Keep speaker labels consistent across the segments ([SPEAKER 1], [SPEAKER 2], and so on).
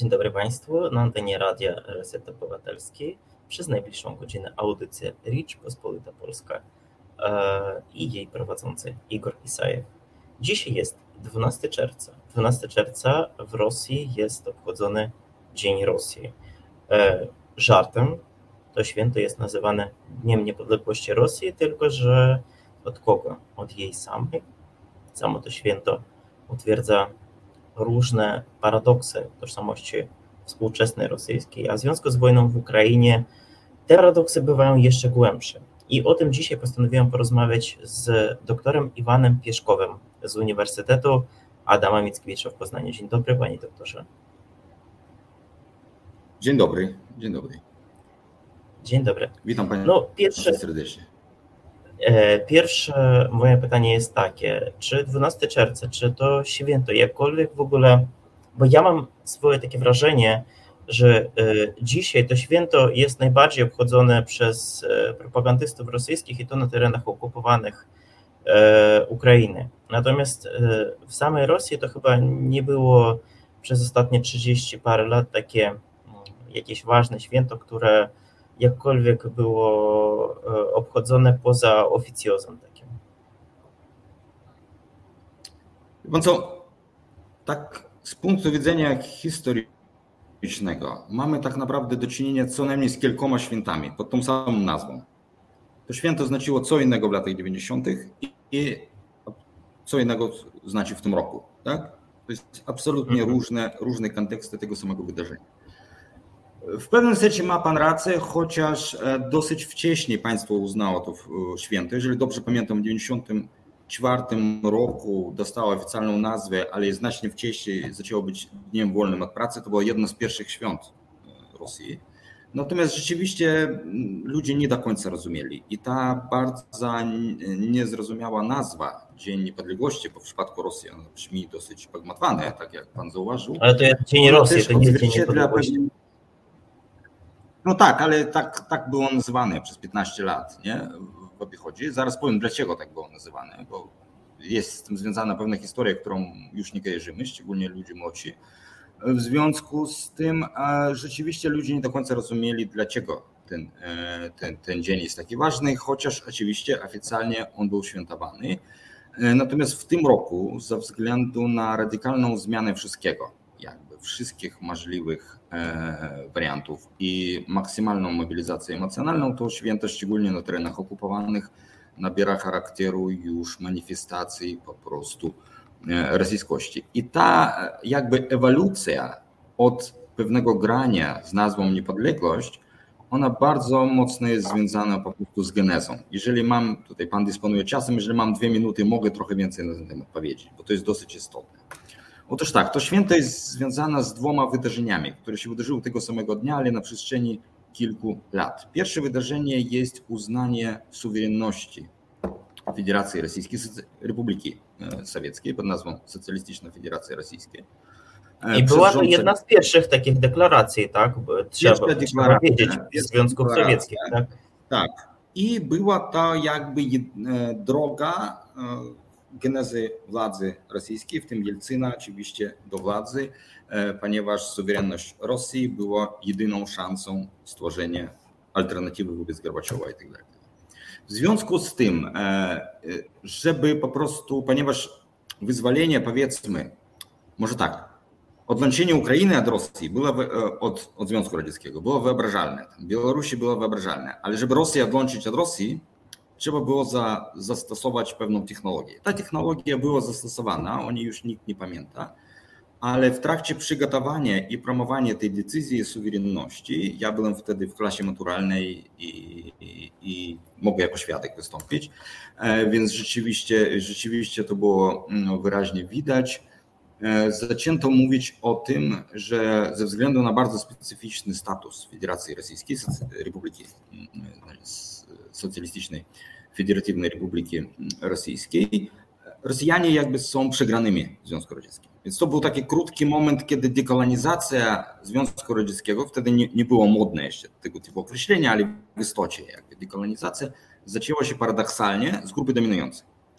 [SPEAKER 1] Dzień dobry Państwu. Na antenie Radia Reset Obywatelskiej przez najbliższą godzinę audycję Rich Pospolita Polska i jej prowadzący Igor Isajew. Dzisiaj jest 12 czerwca. 12 czerwca w Rosji jest obchodzony Dzień Rosji. Żartem to święto jest nazywane Dniem Niepodległości Rosji, tylko że od kogo? Od jej samej. Samo to święto utwierdza różne paradoksy tożsamości współczesnej rosyjskiej, a w związku z wojną w Ukrainie te paradoksy bywają jeszcze głębsze. I o tym dzisiaj postanowiłem porozmawiać z doktorem Iwanem Pieszkowym z Uniwersytetu Adama Mickiewicza w Poznaniu. Dzień dobry, panie doktorze.
[SPEAKER 2] Dzień dobry, dzień dobry.
[SPEAKER 1] Dzień dobry.
[SPEAKER 2] Witam panie serdecznie.
[SPEAKER 1] Pierwsze moje pytanie jest takie, czy 12 czerwca, czy to święto jakkolwiek w ogóle, bo ja mam swoje takie wrażenie, że dzisiaj to święto jest najbardziej obchodzone przez propagandystów rosyjskich i to na terenach okupowanych Ukrainy. Natomiast w samej Rosji to chyba nie było przez ostatnie 30 parę lat takie jakieś ważne święto, które jakkolwiek było obchodzone poza oficjozem takim.
[SPEAKER 2] Pan co, tak z punktu widzenia historycznego mamy tak naprawdę do czynienia co najmniej z kilkoma świętami pod tą samą nazwą. To święto znaczyło co innego w latach 90. i co innego znaczy w tym roku. Tak? To jest absolutnie różne konteksty tego samego wydarzenia. W pewnym sensie ma pan rację, chociaż dosyć wcześnie państwo uznało to święto. Jeżeli dobrze pamiętam, w 1994 roku dostało oficjalną nazwę, ale znacznie wcześniej zaczęło być Dniem Wolnym od Pracy. To było jedno z pierwszych świąt Rosji. Natomiast rzeczywiście ludzie nie do końca rozumieli. I ta bardzo niezrozumiała nazwa Dzień Niepodległości, bo w przypadku Rosji ona brzmi dosyć pogmatwane, tak jak pan zauważył.
[SPEAKER 1] Ale to jest Dzień Rosji, to nie jest Dzień Niepodległości.
[SPEAKER 2] No tak, ale tak było nazywane przez 15 lat, nie? W obiechodzie. Zaraz powiem, dlaczego tak było nazywane, bo jest z tym związana pewna historia, którą już nie kojarzymy, szczególnie ludzie młodsi. W związku z tym rzeczywiście ludzie nie do końca rozumieli, dlaczego ten dzień jest taki ważny, chociaż oczywiście oficjalnie on był świętowany. Natomiast w tym roku, ze względu na radykalną zmianę wszystkich możliwych wariantów i maksymalną mobilizację emocjonalną, to święto szczególnie na terenach okupowanych nabiera charakteru już manifestacji po prostu rosyjskości. I ta jakby ewolucja od pewnego grania z nazwą niepodległość, ona bardzo mocno jest związana po prostu z genezą. Jeżeli mam, tutaj pan dysponuje czasem, jeżeli mam 2 minuty, mogę trochę więcej na ten temat powiedzieć, bo to jest dosyć istotne. Otóż tak, to święto jest związane z 2 wydarzeniami, które się wydarzyły tego samego dnia, ale na przestrzeni kilku lat. Pierwsze wydarzenie jest uznanie suwerenności Federacji Rosyjskiej, Republiki Sowieckiej pod nazwą Socjalistyczna Federacja Rosyjska.
[SPEAKER 1] I była to jedna z pierwszych takich deklaracji, tak? Trzeba wiedzieć, Związków Sowieckich. Tak?
[SPEAKER 2] Tak. I była to jakby droga genezy władzy rosyjskiej, w tym Jelcyna oczywiście do władzy, ponieważ suwerenność Rosji była jedyną szansą stworzenia alternatywy wobec Gorbaczowa i tak dalej. W związku z tym, żeby po prostu, ponieważ wyzwolenie, powiedzmy, może tak, odłączenie Ukrainy od Rosji było od Związku Radzieckiego było wyobrażalne, Białorusi było wyobrażalne, ale żeby Rosję odłączyć od Rosji, trzeba było zastosować pewną technologię. Ta technologia była zastosowana, o niej już nikt nie pamięta, ale w trakcie przygotowania i promowania tej decyzji suwerenności, ja byłem wtedy w klasie maturalnej i mogę jako świadek wystąpić, więc rzeczywiście to było wyraźnie widać. Zaczęto mówić o tym, że ze względu na bardzo specyficzny status Federacji Rosyjskiej, Republiki Socjalistycznej Federatywnej Republiki Rosyjskiej, Rosjanie jakby są przegranymi w Związku Radzieckim. Więc to był taki krótki moment, kiedy dekolonizacja Związku Radzieckiego, wtedy nie było modne jeszcze tego typu określenia, ale w istocie jakby dekolonizacja zaczęła się paradoksalnie z grupy dominującej.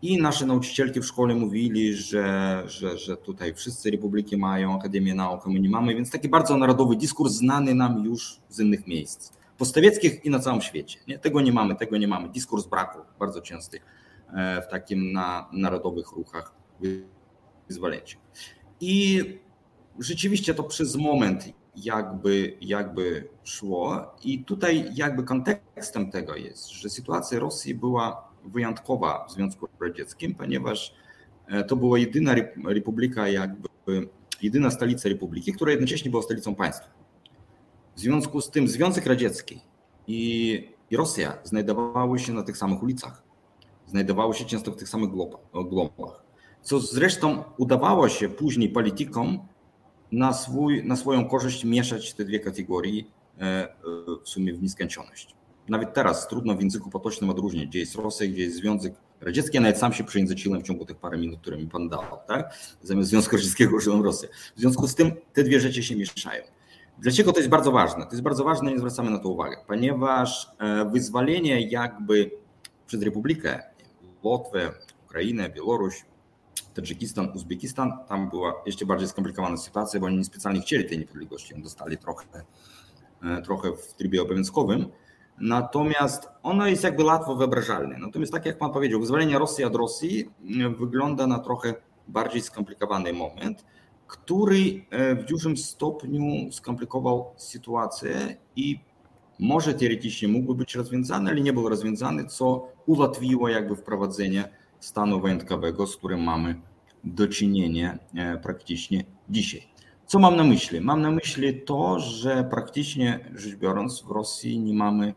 [SPEAKER 2] I nasze nauczycielki w szkole mówili, że tutaj wszyscy republiki mają Akademię Nauk, a my nie mamy, więc taki bardzo narodowy dyskurs znany nam już z innych miejsc, postawieckich i na całym świecie. Nie? Tego nie mamy. Dyskurs braku, bardzo częsty w takim narodowych ruchach wyzwoleńczych. I rzeczywiście to przez moment jakby szło i tutaj jakby kontekstem tego jest, że sytuacja Rosji była wyjątkowa w Związku Radzieckim, ponieważ to była jedyna republika, jedyna stolica republiki, która jednocześnie była stolicą państwa. W związku z tym Związek Radziecki i Rosja znajdowały się na tych samych ulicach, znajdowały się często w tych samych globach, co zresztą udawało się później politykom na swoją korzyść mieszać te dwie kategorie w sumie w nieskończoność. Nawet teraz trudno w języku potocznym odróżnić, gdzie jest Rosja, gdzie jest Związek Radziecki. Ja nawet sam się przejęzyczyłem w ciągu tych parę minut, które mi pan dał, tak? Zamiast Związku Radzieckiego użyłem Rosję. W związku z tym te dwie rzeczy się mieszają. Dlaczego to jest bardzo ważne? To jest bardzo ważne, nie zwracamy na to uwagi, ponieważ wyzwolenie jakby przez Republikę, Łotwę, Ukrainę, Białoruś, Tadżykistan, Uzbekistan, tam była jeszcze bardziej skomplikowana sytuacja, bo oni niespecjalnie chcieli tej niepodległości, ją dostali trochę w trybie obowiązkowym, natomiast ono jest jakby łatwo wyobrażalne. Natomiast tak jak pan powiedział, wyzwolenie Rosji od Rosji wygląda na trochę bardziej skomplikowany moment, który w dużym stopniu skomplikował sytuację i może teoretycznie mógłby być rozwiązany, ale nie był rozwiązany, co ułatwiło jakby wprowadzenie stanu wyjątkowego, z którym mamy do czynienia praktycznie dzisiaj. Co mam na myśli? Mam na myśli to, że praktycznie rzecz biorąc w Rosji nie mamy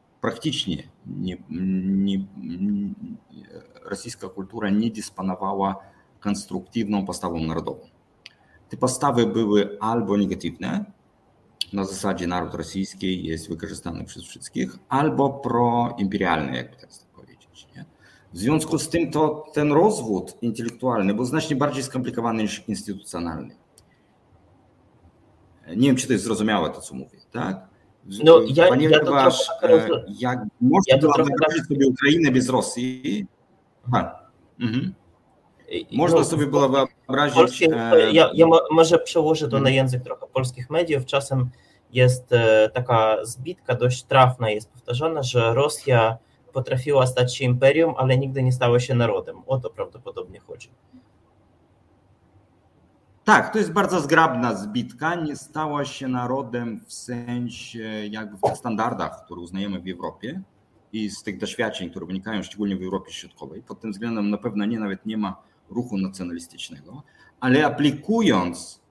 [SPEAKER 2] rosyjska kultura nie dysponowała konstruktywną postawą narodową. Te postawy były albo negatywne, na zasadzie naród rosyjski jest wykorzystany przez wszystkich, albo proimperialne, jakby tak powiedzieć. Nie? W związku z tym to ten rozwód intelektualny był znacznie bardziej skomplikowany niż instytucjonalny. Nie wiem, czy to jest zrozumiałe to, co mówię, tak?
[SPEAKER 1] No,
[SPEAKER 2] ponieważ jak można było wyobrazić sobie Ukrainę bez Rosji. Można sobie było wyobrazić...
[SPEAKER 1] Ja może przełożę to na język trochę polskich mediów. Czasem jest taka zbitka, dość trafna jest powtarzana, że Rosja potrafiła stać się imperium, ale nigdy nie stała się narodem. O to prawdopodobnie chodzi.
[SPEAKER 2] Tak, to jest bardzo zgrabna zbitka. Nie stała się narodem w sensie jakby w tych standardach, które uznajemy w Europie i z tych doświadczeń, które wynikają szczególnie w Europie Środkowej. Pod tym względem na pewno nawet nie ma ruchu nacjonalistycznego, ale aplikując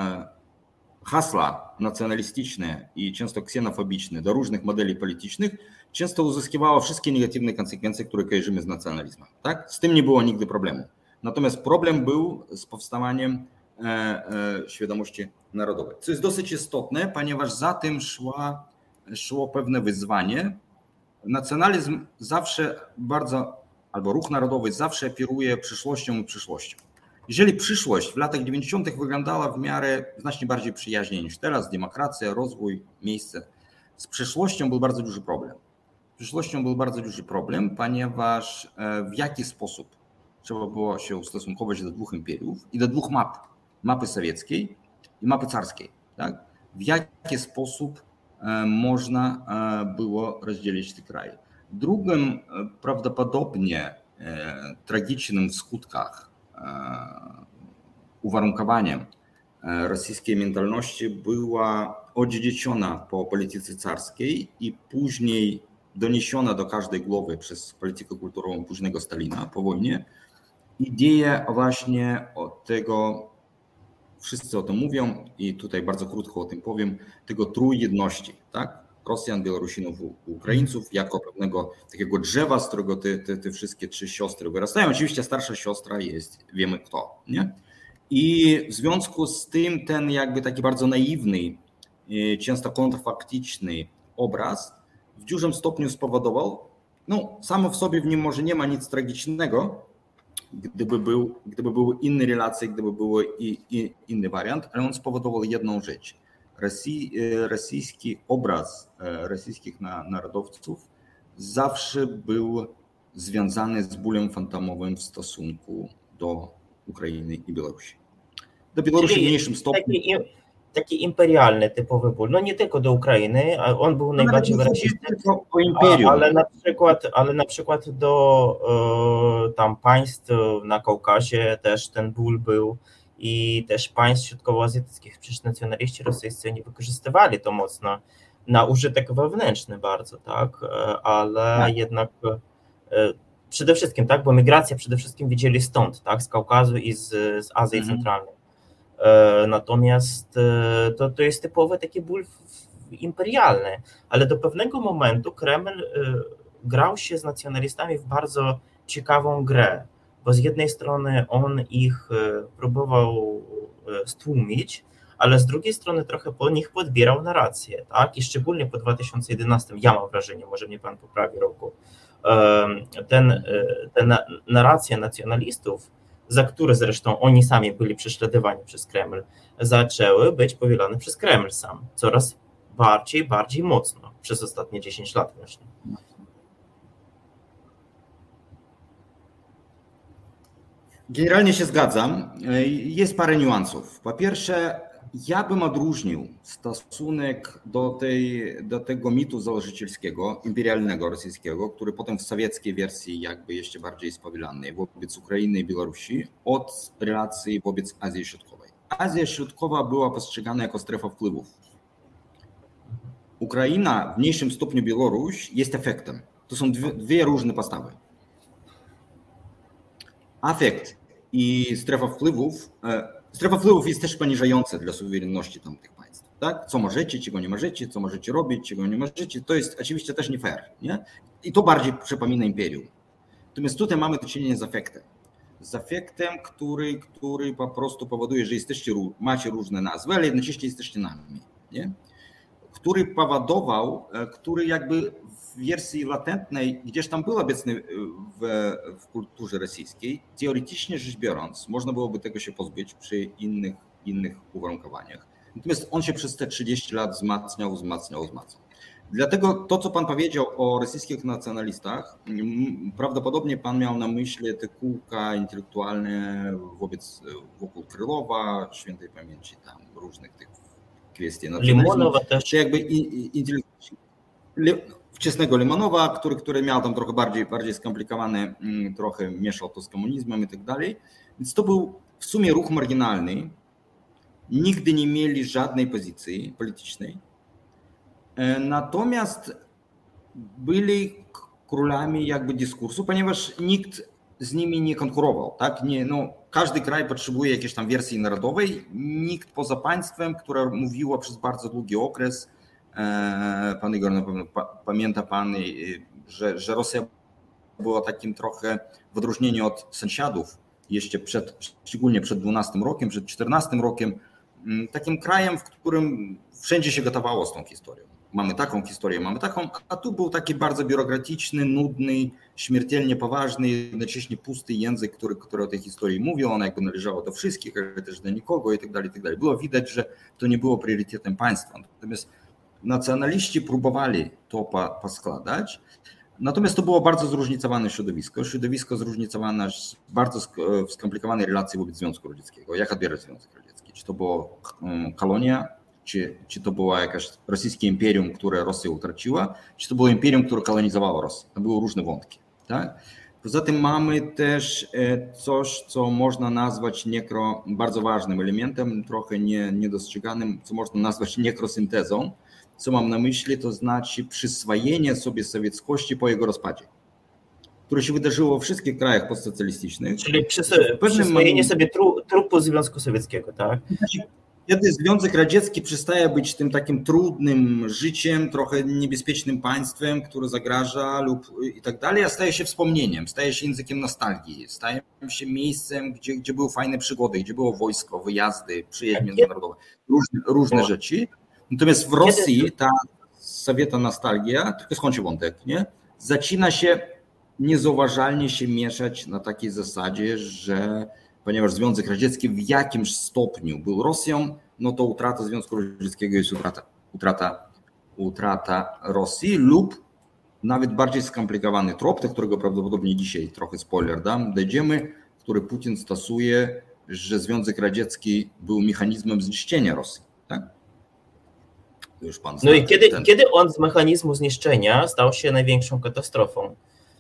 [SPEAKER 2] hasła nacjonalistyczne i często ksenofobiczne do różnych modeli politycznych, często uzyskiwało wszystkie negatywne konsekwencje, które kojarzymy z nacjonalizmem. Tak? Z tym nie było nigdy problemu. Natomiast problem był z powstawaniem świadomości narodowej, co jest dosyć istotne, ponieważ za tym szło pewne wyzwanie. Nacjonalizm zawsze albo ruch narodowy zawsze operuje przyszłością i przyszłością. Jeżeli przyszłość w latach 90. wyglądała w miarę znacznie bardziej przyjaźnie niż teraz, demokracja, rozwój, miejsce, z przyszłością był bardzo duży problem. Z przyszłością był bardzo duży problem, ponieważ w jaki sposób trzeba było się ustosunkować do dwóch imperiów i do dwóch map. Mapy sowieckiej i mapy carskiej. Tak? W jaki sposób można było rozdzielić te kraje. Drugim prawdopodobnie tragicznym w skutkach uwarunkowaniem rosyjskiej mentalności była odziedziczona po polityce carskiej i później doniesiona do każdej głowy przez politykę kulturową późnego Stalina po wojnie idea właśnie od tego, wszyscy o tym mówią i tutaj bardzo krótko o tym powiem, tego trójjedności, tak? Rosjan, Białorusinów, Ukraińców jako pewnego takiego drzewa, z którego te wszystkie trzy siostry wyrastają. Oczywiście starsza siostra jest, wiemy kto, nie? I w związku z tym ten jakby taki bardzo naiwny, często kontrfaktyczny obraz w dużym stopniu spowodował, samo w sobie w nim może nie ma nic tragicznego, gdyby były inne relacje, gdyby był inny wariant, ale on spowodował jedną rzecz. Rosyjski obraz rosyjskich narodowców zawsze był związany z bólem fantomowym w stosunku do Ukrainy i Białorusi. Do Białorusi w mniejszym stopniu.
[SPEAKER 1] Taki imperialny typowy ból, no nie tylko do Ukrainy, a on był najbardziej wyrazisty, ale na przykład do tam państw na Kaukazie też ten ból był i też państw środkowoazjatyckich. Przecież nacjonaliści rosyjscy nie wykorzystywali to mocno na użytek wewnętrzny bardzo, tak, ale jednak przede wszystkim, tak, bo migrację przede wszystkim widzieli stąd, tak, z Kaukazu i z Azji Centralnej. Natomiast to jest typowy taki ból imperialny, ale do pewnego momentu Kreml grał się z nacjonalistami w bardzo ciekawą grę, bo z jednej strony on ich próbował stłumić, ale z drugiej strony trochę po nich podbierał narrację, tak? I szczególnie po 2011, ja mam wrażenie, może mnie pan poprawi roku, te narracje nacjonalistów, za które zresztą oni sami byli prześladowani przez Kreml, zaczęły być powielane przez Kreml sam, coraz bardziej mocno przez ostatnie 10 lat właśnie.
[SPEAKER 2] Generalnie się zgadzam. Jest parę niuansów. Po pierwsze, ja bym odróżnił stosunek do tego mitu założycielskiego, imperialnego rosyjskiego, który potem w sowieckiej wersji jakby jeszcze bardziej jest powielany wobec Ukrainy i Białorusi, od relacji wobec Azji Środkowej. Azja Środkowa była postrzegana jako strefa wpływów. Ukraina, w mniejszym stopniu Białoruś, jest efektem. To są dwie różne postawy. Afekt i strefa wpływów. Strefa wpływów jest też poniżająca dla suwerenności tamtych państw. Tak? Co możecie, czego nie możecie, co możecie robić, czego nie możecie, to jest oczywiście też nie fair. Nie? I to bardziej przypomina imperium. Natomiast tutaj mamy do czynienia z afektem. Z afektem, który po prostu powoduje, że macie różne nazwy, ale jednocześnie jesteście nami. Nie? Który powodował, który jakby w wersji latentnej gdzieś tam był obecny w kulturze rosyjskiej, teoretycznie rzecz biorąc, można byłoby tego się pozbyć przy innych uwarunkowaniach. Natomiast on się przez te 30 lat wzmacniał. Dlatego to, co pan powiedział o rosyjskich nacjonalistach, prawdopodobnie pan miał na myśli te kółka intelektualne wokół Krylowa, świętej pamięci, tam różnych tych kwestii.
[SPEAKER 1] Limonowa też.
[SPEAKER 2] Jakby wczesnego Limanowa, który miał tam trochę bardziej skomplikowane, trochę mieszał to z komunizmem i tak dalej. Więc to był w sumie ruch marginalny. Nigdy nie mieli żadnej pozycji politycznej. Natomiast byli królami jakby dyskursu, ponieważ nikt z nimi nie konkurował. Tak? Każdy kraj potrzebuje jakiejś tam wersji narodowej. Nikt poza państwem, które mówiło przez bardzo długi okres, pan Igor na pewno pamięta pan, że Rosja była takim trochę w odróżnieniu od sąsiadów, jeszcze szczególnie przed 12 rokiem, przed 14 rokiem, takim krajem, w którym wszędzie się gotowało z tą historią. Mamy taką historię, mamy taką, a tu był taki bardzo biurokratyczny, nudny, śmiertelnie poważny, jednocześnie pusty język, który o tej historii mówił, ona jakby należała do wszystkich, ale też do nikogo i tak dalej, i tak dalej. Było widać, że to nie było priorytetem państwa. Natomiast nacjonaliści próbowali to poskładać, natomiast to było bardzo zróżnicowane środowisko zróżnicowane z bardzo skomplikowanej relacji wobec Związku Radzieckiego. Jak odbierać Związek Radziecki? Czy to było kolonia, czy to było jakieś rosyjskie imperium, które Rosja utraciła, czy to było imperium, które kolonizowało Rosję. To były różne wątki. Tak? Poza tym mamy też coś, co można nazwać bardzo ważnym elementem, trochę niedostrzeganym, co można nazwać nekrosyntezą. Co mam na myśli, to znaczy przyswojenie sobie sowieckości po jego rozpadzie, które się wydarzyło w wszystkich krajach postsocjalistycznych.
[SPEAKER 1] Czyli przyswojenie sobie trupu Związku Sowieckiego, tak?
[SPEAKER 2] Kiedy Związek Radziecki przestaje być tym takim trudnym życiem, trochę niebezpiecznym państwem, które zagraża i tak dalej, a staje się wspomnieniem, staje się językiem nostalgii, staje się miejscem, gdzie były fajne przygody, gdzie było wojsko, wyjazdy, przyjaźń międzynarodowa, różne rzeczy. Natomiast w Rosji ta sowiecka nostalgia, tylko skończę wątek, nie? Zaczyna się niezauważalnie się mieszać na takiej zasadzie, że ponieważ Związek Radziecki w jakimś stopniu był Rosją, no to utrata Związku Radzieckiego jest utrata Rosji lub nawet bardziej skomplikowany trop, do którego prawdopodobnie dzisiaj trochę spoiler dam, dojdziemy, który Putin stosuje, że Związek Radziecki był mechanizmem zniszczenia Rosji. Tak? Już pan
[SPEAKER 1] no i kiedy on z mechanizmu zniszczenia stał się największą katastrofą?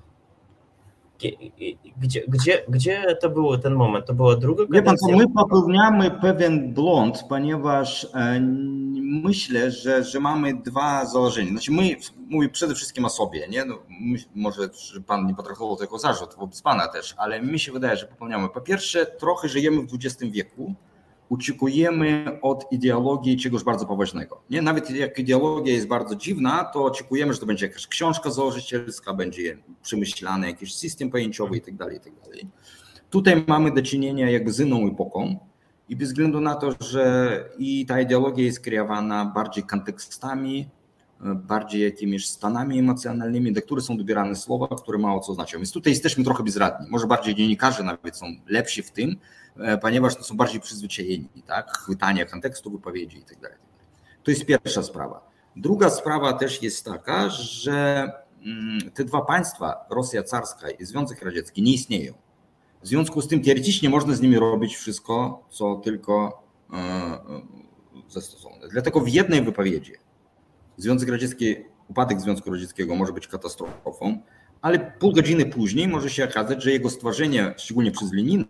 [SPEAKER 1] Gdzie to był ten moment? To była druga kadencja?
[SPEAKER 2] My popełniamy pewien błąd, ponieważ myślę, że mamy dwa założenia. Znaczy mówię przede wszystkim o sobie, nie? No, może że pan nie potraktował to jako zarzut wobec pana też, ale mi się wydaje, że popełniamy. Po pierwsze, trochę żyjemy w XX wieku, oczekujemy od ideologii czegoś bardzo poważnego. Nie? Nawet jak ideologia jest bardzo dziwna, to oczekujemy, że to będzie jakaś książka założycielska, będzie przemyślany jakiś system pojęciowy itd. Tutaj mamy do czynienia jakby z inną epoką i bez względu na to, że i ta ideologia jest kreowana bardziej kontekstami, bardziej jakimiś stanami emocjonalnymi, do których są dobierane słowa, które mało co znaczą. Więc tutaj jesteśmy trochę bezradni. Może bardziej dziennikarze nawet są lepsi w tym, ponieważ to są bardziej przyzwyczajeni, tak? Chwytania kontekstu, wypowiedzi itd. To jest pierwsza sprawa. Druga sprawa też jest taka, że te dwa państwa, Rosja carska i Związek Radziecki, nie istnieją. W związku z tym teoretycznie można z nimi robić wszystko, co tylko zastosowne. Dlatego w jednej wypowiedzi Związek Radziecki, upadek Związku Radzieckiego może być katastrofą, ale pół godziny później może się okazać, że jego stworzenie, szczególnie przez Lenina,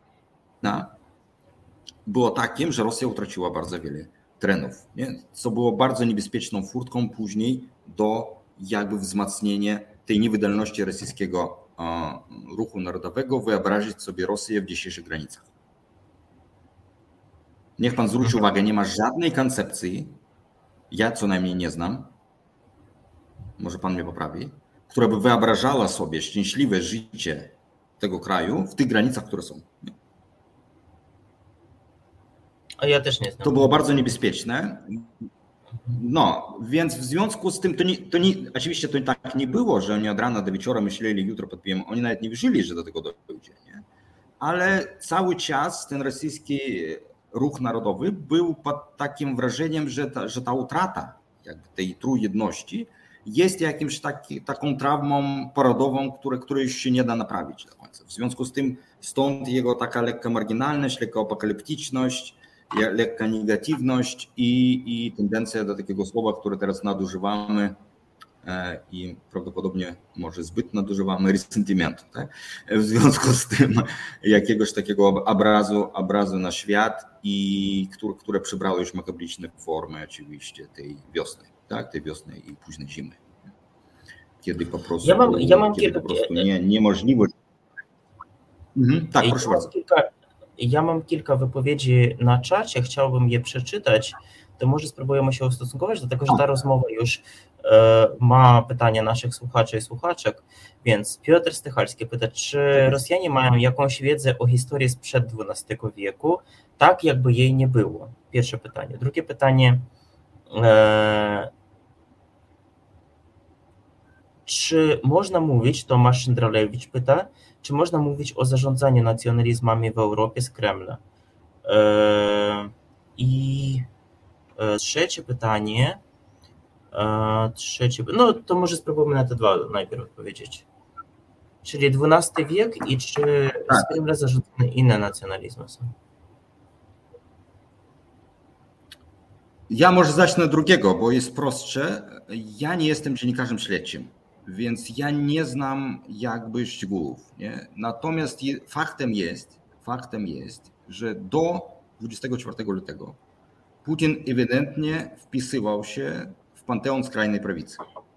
[SPEAKER 2] było takim, że Rosja utraciła bardzo wiele terenów, nie? Co było bardzo niebezpieczną furtką później do jakby wzmacnienia tej niewydolności rosyjskiego ruchu narodowego, wyobrazić sobie Rosję w dzisiejszych granicach. Niech pan zwróci uwagę, nie ma żadnej koncepcji, ja co najmniej nie znam, może pan mnie poprawi, która by wyobrażała sobie szczęśliwe życie tego kraju w tych granicach, które są.
[SPEAKER 1] A ja też nie znam.
[SPEAKER 2] To było bardzo niebezpieczne. No, więc w związku z tym, oczywiście to tak nie było, że oni od rana do wieczora myśleli, jutro podpijemy, oni nawet nie wierzyli, że do tego dojdzie. Nie? Ale cały czas ten rosyjski ruch narodowy był pod takim wrażeniem, że ta utrata jakby tej trójjedności jest jakimś taką traumą porodową, której już się nie da naprawić do końca. W związku z tym stąd jego taka lekka marginalność, lekka apokaliptyczność, lekka negatywność i tendencja do takiego słowa, które teraz nadużywamy i prawdopodobnie może zbyt nadużywamy, resentymentu. Tak? W związku z tym jakiegoś takiego obrazu na świat, i które przybrało już makabryczne formy oczywiście tej wiosny, tak? Tej wiosny i późnej zimy. Kiedy po prostu, niemożliwość. Tak, proszę bardzo.
[SPEAKER 1] Ja mam kilka wypowiedzi na czacie, chciałbym je przeczytać, to może spróbujemy się ustosunkować do tego, że ta rozmowa już ma pytania naszych słuchaczy i słuchaczek, więc Piotr Stychalski pyta, czy Rosjanie mają jakąś wiedzę o historii sprzed XII wieku, tak jakby jej nie było? Pierwsze pytanie. Drugie pytanie, czy można mówić, Tomasz Szyndralewicz pyta, czy można mówić o zarządzaniu nacjonalizmami w Europie z Kremla? I trzecie pytanie, no to może spróbujmy na te dwa najpierw odpowiedzieć. Czyli XII wiek i czy z Kremla zarządzane inne nacjonalizmy są?
[SPEAKER 2] Ja może zacznę drugiego, bo jest prostsze. Ja nie jestem dziennikarzem śledczym, więc ja nie znam jakby szczegółów. Nie? Natomiast faktem jest, że do 24 lutego Putin ewidentnie wpisywał się w panteon skrajnej prawicy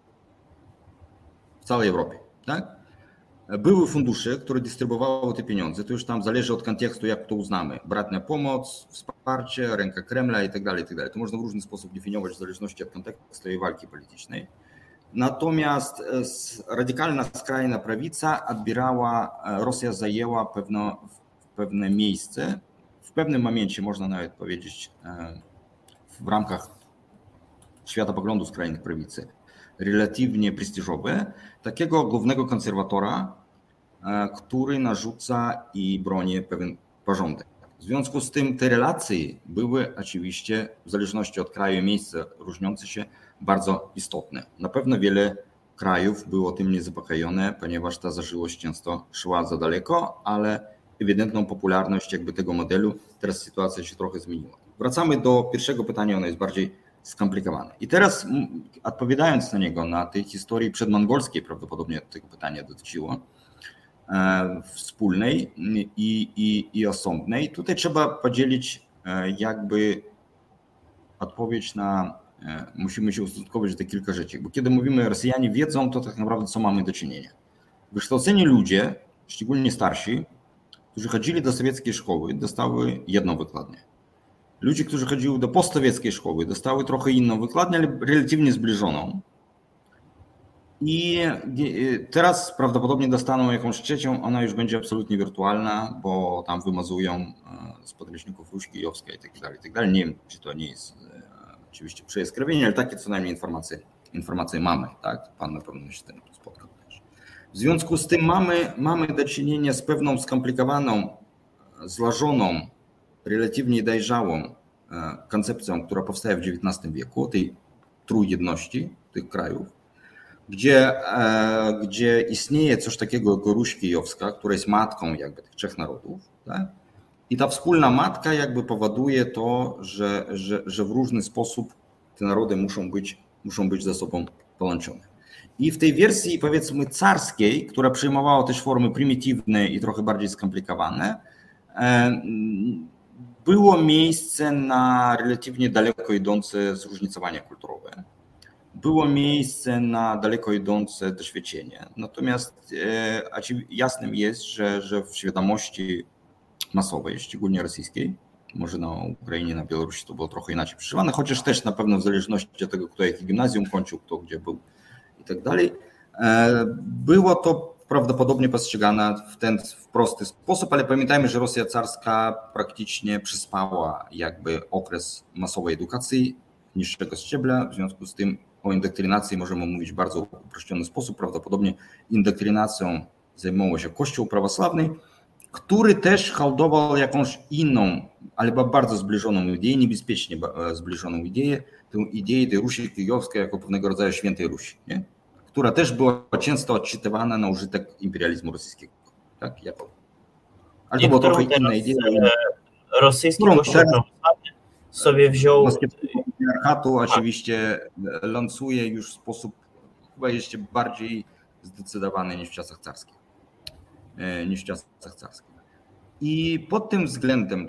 [SPEAKER 2] w całej Europie. Tak? Były fundusze, które dystrybuowały te pieniądze, to już tam zależy od kontekstu, jak to uznamy. Bratnia pomoc, wsparcie, ręka Kremla i tak dalej. To można w różny sposób definiować w zależności od kontekstu i walki politycznej. Natomiast radykalna skrajna prawica Rosja zajęła pewne miejsce, w pewnym momencie można nawet powiedzieć w ramkach światopoglądu skrajnych prawicy, relatywnie prestiżowe, takiego głównego konserwatora, który narzuca i broni pewien porządek. W związku z tym te relacje były oczywiście w zależności od kraju i miejsca różniące się bardzo istotne. Na pewno wiele krajów było tym niezapokojone, ponieważ ta zażyłość często szła za daleko, ale ewidentną popularność jakby tego modelu, teraz sytuacja się trochę zmieniła. Wracamy do pierwszego pytania, ono jest bardziej skomplikowane. I teraz odpowiadając na niego, na tej historii przedmongolskiej, prawdopodobnie tego pytania dotyczyło, wspólnej i osobnej, tutaj trzeba podzielić jakby odpowiedź na, musimy się ustosunkować do tych kilka rzeczy, bo kiedy mówimy Rosjanie wiedzą, to tak naprawdę co mamy do czynienia. Wykształceni ludzie, szczególnie starsi, którzy chodzili do sowieckiej szkoły, dostały jedną wykładnię. Ludzie, którzy chodzili do postsowieckiej szkoły, dostały trochę inną wykładnię, ale relatywnie zbliżoną. I teraz prawdopodobnie dostaną jakąś trzecią, ona już będzie absolutnie wirtualna, bo tam wymazują z podręczników Ruś Kijowska i tak dalej. Nie wiem, czy to nie jest oczywiście przejaskrawienie, ale takie co najmniej informacje mamy, tak? Pan na pewno się z tym spotkał też. W związku z tym mamy do czynienia z pewną skomplikowaną, złożoną, relatywnie dojrzałą koncepcją, która powstaje w XIX wieku, tej trójjedności tych krajów, gdzie istnieje coś takiego jak Ruś Kijowska, która jest matką jakby tych trzech narodów, tak? I ta wspólna matka jakby powoduje to, że w różny sposób te narody muszą być ze sobą połączone. I w tej wersji powiedzmy carskiej, która przyjmowała też formy prymitywne i trochę bardziej skomplikowane, było miejsce na relatywnie daleko idące zróżnicowania kulturowe. Było miejsce na daleko idące doświadczenie. Natomiast jasnym jest, że w świadomości masowej, szczególnie rosyjskiej, może na Ukrainie, na Białorusi to było trochę inaczej przeżywane, chociaż też na pewno w zależności od tego, kto jakie gimnazjum kończył, kto gdzie był i tak dalej, było to prawdopodobnie postrzegane w ten prosty sposób, ale pamiętajmy, że Rosja carska praktycznie przyspała jakby okres masowej edukacji niższego szczebla, w związku z tym o indoktrynacji możemy mówić w bardzo uproszczony sposób. Prawdopodobnie indoktrynacją zajmował się Kościół prawosławny, który też hołdował jakąś inną, ale bardzo zbliżoną ideę, niebezpiecznie zbliżoną ideę, tę ideę tej Rusi Kijowskiej jako pewnego rodzaju świętej Rusi, nie? Która też była często odczytywana na użytek imperializmu rosyjskiego. Tak? Ale to była trochę inna idea.
[SPEAKER 1] Rosyjski Kościół prawosławny sobie wziął...
[SPEAKER 2] Patriarchatu oczywiście lansuje już w sposób chyba jeszcze bardziej zdecydowany niż w czasach carskich. I pod tym względem,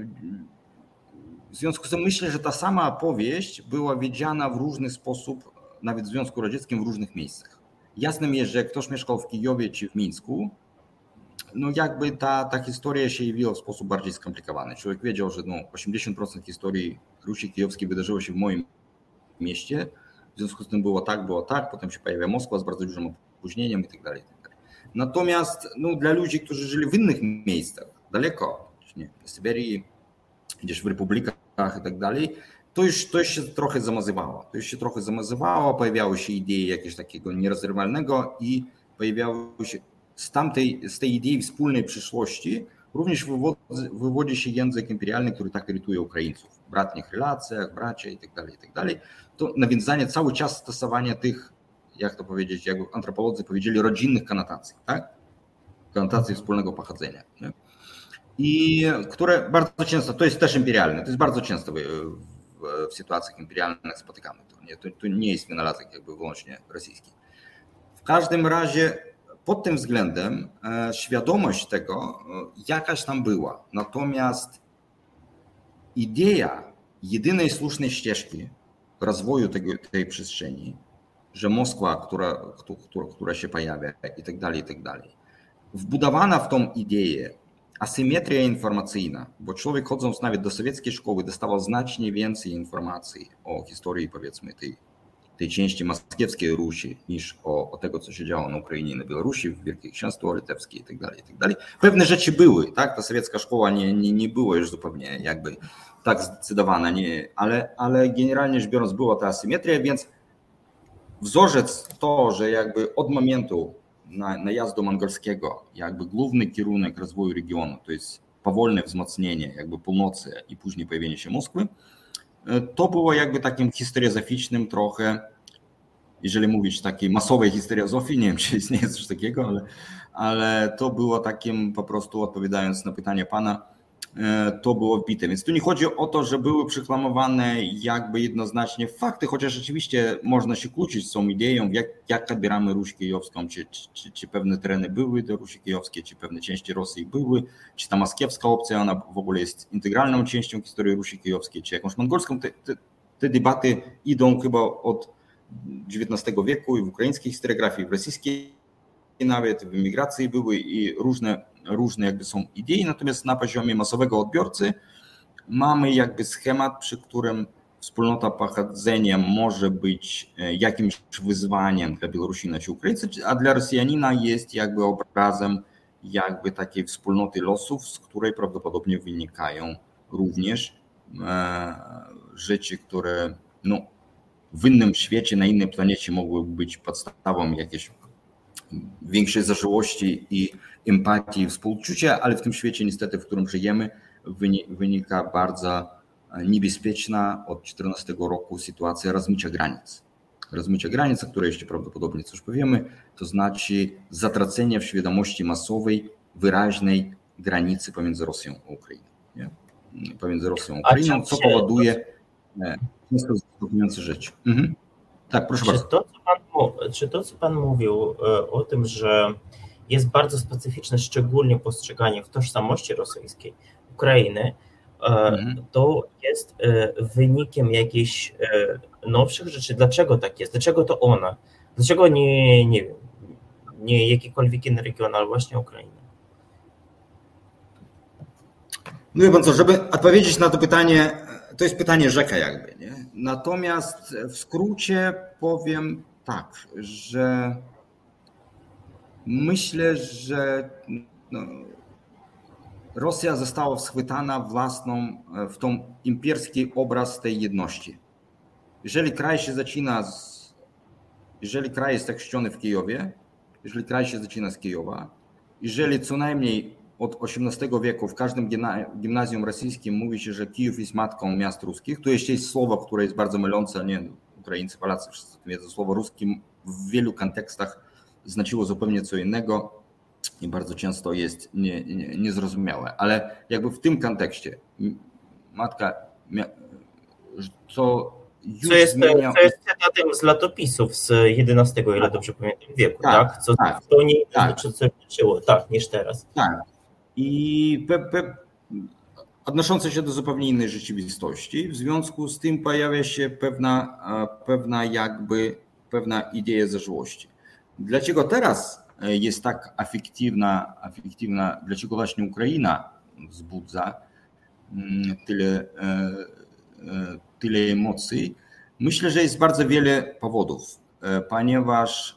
[SPEAKER 2] w związku z tym myślę, że ta sama opowieść była wiedziana w różny sposób, nawet w Związku Radzieckim, w różnych miejscach. Jasnym jest, że jak ktoś mieszkał w Kijowie czy w Mińsku, no jakby ta historia się jawiła w sposób bardziej skomplikowany. Człowiek wiedział, że 80% historii Rusi Kijowskiej wydarzyło się w moim mieście, w związku z tym było tak, potem się pojawia Moskwa z bardzo dużym opóźnieniem i tak dalej. Natomiast dla ludzi, którzy żyli w innych miejscach, daleko, nie, w Syberii, gdzieś w republikach i tak dalej, to już się trochę zamazywało. Pojawiały się idee jakiegoś takiego nierozerwalnego i pojawiały się z tej idei wspólnej przyszłości również wywodzi się język imperialny, który tak irytuje Ukraińców. W bratnich relacjach, bracia i tak dalej. To nawiązanie cały czas stosowania tych, jak to powiedzieć, jak antropolodzy powiedzieli, rodzinnych konotacji, tak? Konotacji wspólnego pochodzenia. Nie? I które bardzo często, to jest też imperialne, to jest bardzo często w sytuacjach imperialnych spotykamy. To nie jest wynalazek jakby wyłącznie rosyjski. W każdym razie pod tym względem świadomość tego jakaś tam była. Natomiast idea jedynej słusznej ścieżki rozwoju tej przestrzeni, że Moskwa, która się pojawia i tak dalej, wbudowana w tą ideę asymetria informacyjna, bo człowiek chodząc nawet do sowieckiej szkoły dostawał znacznie więcej informacji o historii, powiedzmy, tej części moskiewskiej Rusi niż o tego, co się działo na Ukrainie, na Białorusi, w Wielkie Księstwo Litewskie i tak dalej. Pewne rzeczy były, tak? Ta sowiecka szkoła nie była już zupełnie jakby tak zdecydowana, ale generalnie rzecz biorąc była ta asymetria, więc wzorzec to, że jakby od momentu najazdu mongolskiego jakby główny kierunek rozwoju regionu to jest powolne wzmocnienie jakby północy i później pojawienie się Moskwy, to było jakby takim historiozoficznym trochę jeżeli mówić takiej masowej historiozofii, nie wiem, czy istnieje coś takiego, ale to było takim po prostu, odpowiadając na pytanie pana, to było wbite. Więc tu nie chodzi o to, że były przeklamowane jakby jednoznacznie fakty, chociaż rzeczywiście można się kłócić z tą ideą, jak odbieramy Ruś Kijowską, czy pewne tereny były do Rusi Kijowskiej, czy pewne części Rosji były, czy ta moskiewska opcja, ona w ogóle jest integralną częścią historii Rusi Kijowskiej, czy jakąś mongolską. Te debaty idą chyba od XIX wieku i w ukraińskiej historiografii, w rosyjskiej nawet, w emigracji były i różne jakby są idei, natomiast na poziomie masowego odbiorcy mamy jakby schemat, przy którym wspólnota pochodzenia może być jakimś wyzwaniem dla Białorusina czy Ukraińcy, a dla Rosjanina jest jakby obrazem jakby takiej wspólnoty losów, z której prawdopodobnie wynikają również rzeczy, które no, w innym świecie, na innej planecie mogłyby być podstawą jakiejś większej zażyłości i empatii i współczucia, ale w tym świecie niestety, w którym żyjemy, wynika bardzo niebezpieczna od 2014 roku sytuacja rozmycia granic. Rozmycia granic, o której jeszcze prawdopodobnie coś powiemy, to znaczy zatracenie w świadomości masowej wyraźnej granicy pomiędzy Rosją a Ukrainą. Nie? Pomiędzy Rosją a Ukrainą, co powoduje często zaskakujące rzeczy. Tak, proszę bardzo.
[SPEAKER 1] Czy to, co pan mówił o tym, że jest bardzo specyficzne, szczególnie postrzeganie w tożsamości rosyjskiej Ukrainy, to jest wynikiem jakichś nowszych rzeczy? Dlaczego tak jest? Dlaczego to ona? Dlaczego nie jakikolwiek inny region, ale właśnie Ukraina?
[SPEAKER 2] No wie pan co, żeby odpowiedzieć na to pytanie, to jest pytanie rzeka jakby, nie? Natomiast w skrócie powiem tak, że myślę, że Rosja została schwytana w tą impierski obraz tej jedności. Jeżeli kraj jest tak chrzczony w Kijowie, jeżeli kraj się zaczyna z Kijowa, jeżeli co najmniej od XVIII wieku w każdym gimnazjum rosyjskim mówi się, że Kijów jest matką miast ruskich, to jeszcze jest słowo, które jest bardzo mylące, nie? Ukraińcy, Polacy wszyscy wiedzą, słowo ruskim w wielu kontekstach znaczyło zupełnie co innego i bardzo często jest niezrozumiałe, ale jakby w tym kontekście matka, co
[SPEAKER 1] jest cytatem z latopisów z XI, o ile dobrze pamiętam, wieku, tak? To nie dotyczy co znaczyło, tak, niż teraz.
[SPEAKER 2] Tak. I odnoszące się do zupełnie innej rzeczywistości, w związku z tym pojawia się pewna idea zażyłości. Dlaczego teraz jest tak afektywna, dlaczego właśnie Ukraina wzbudza tyle emocji? Myślę, że jest bardzo wiele powodów, ponieważ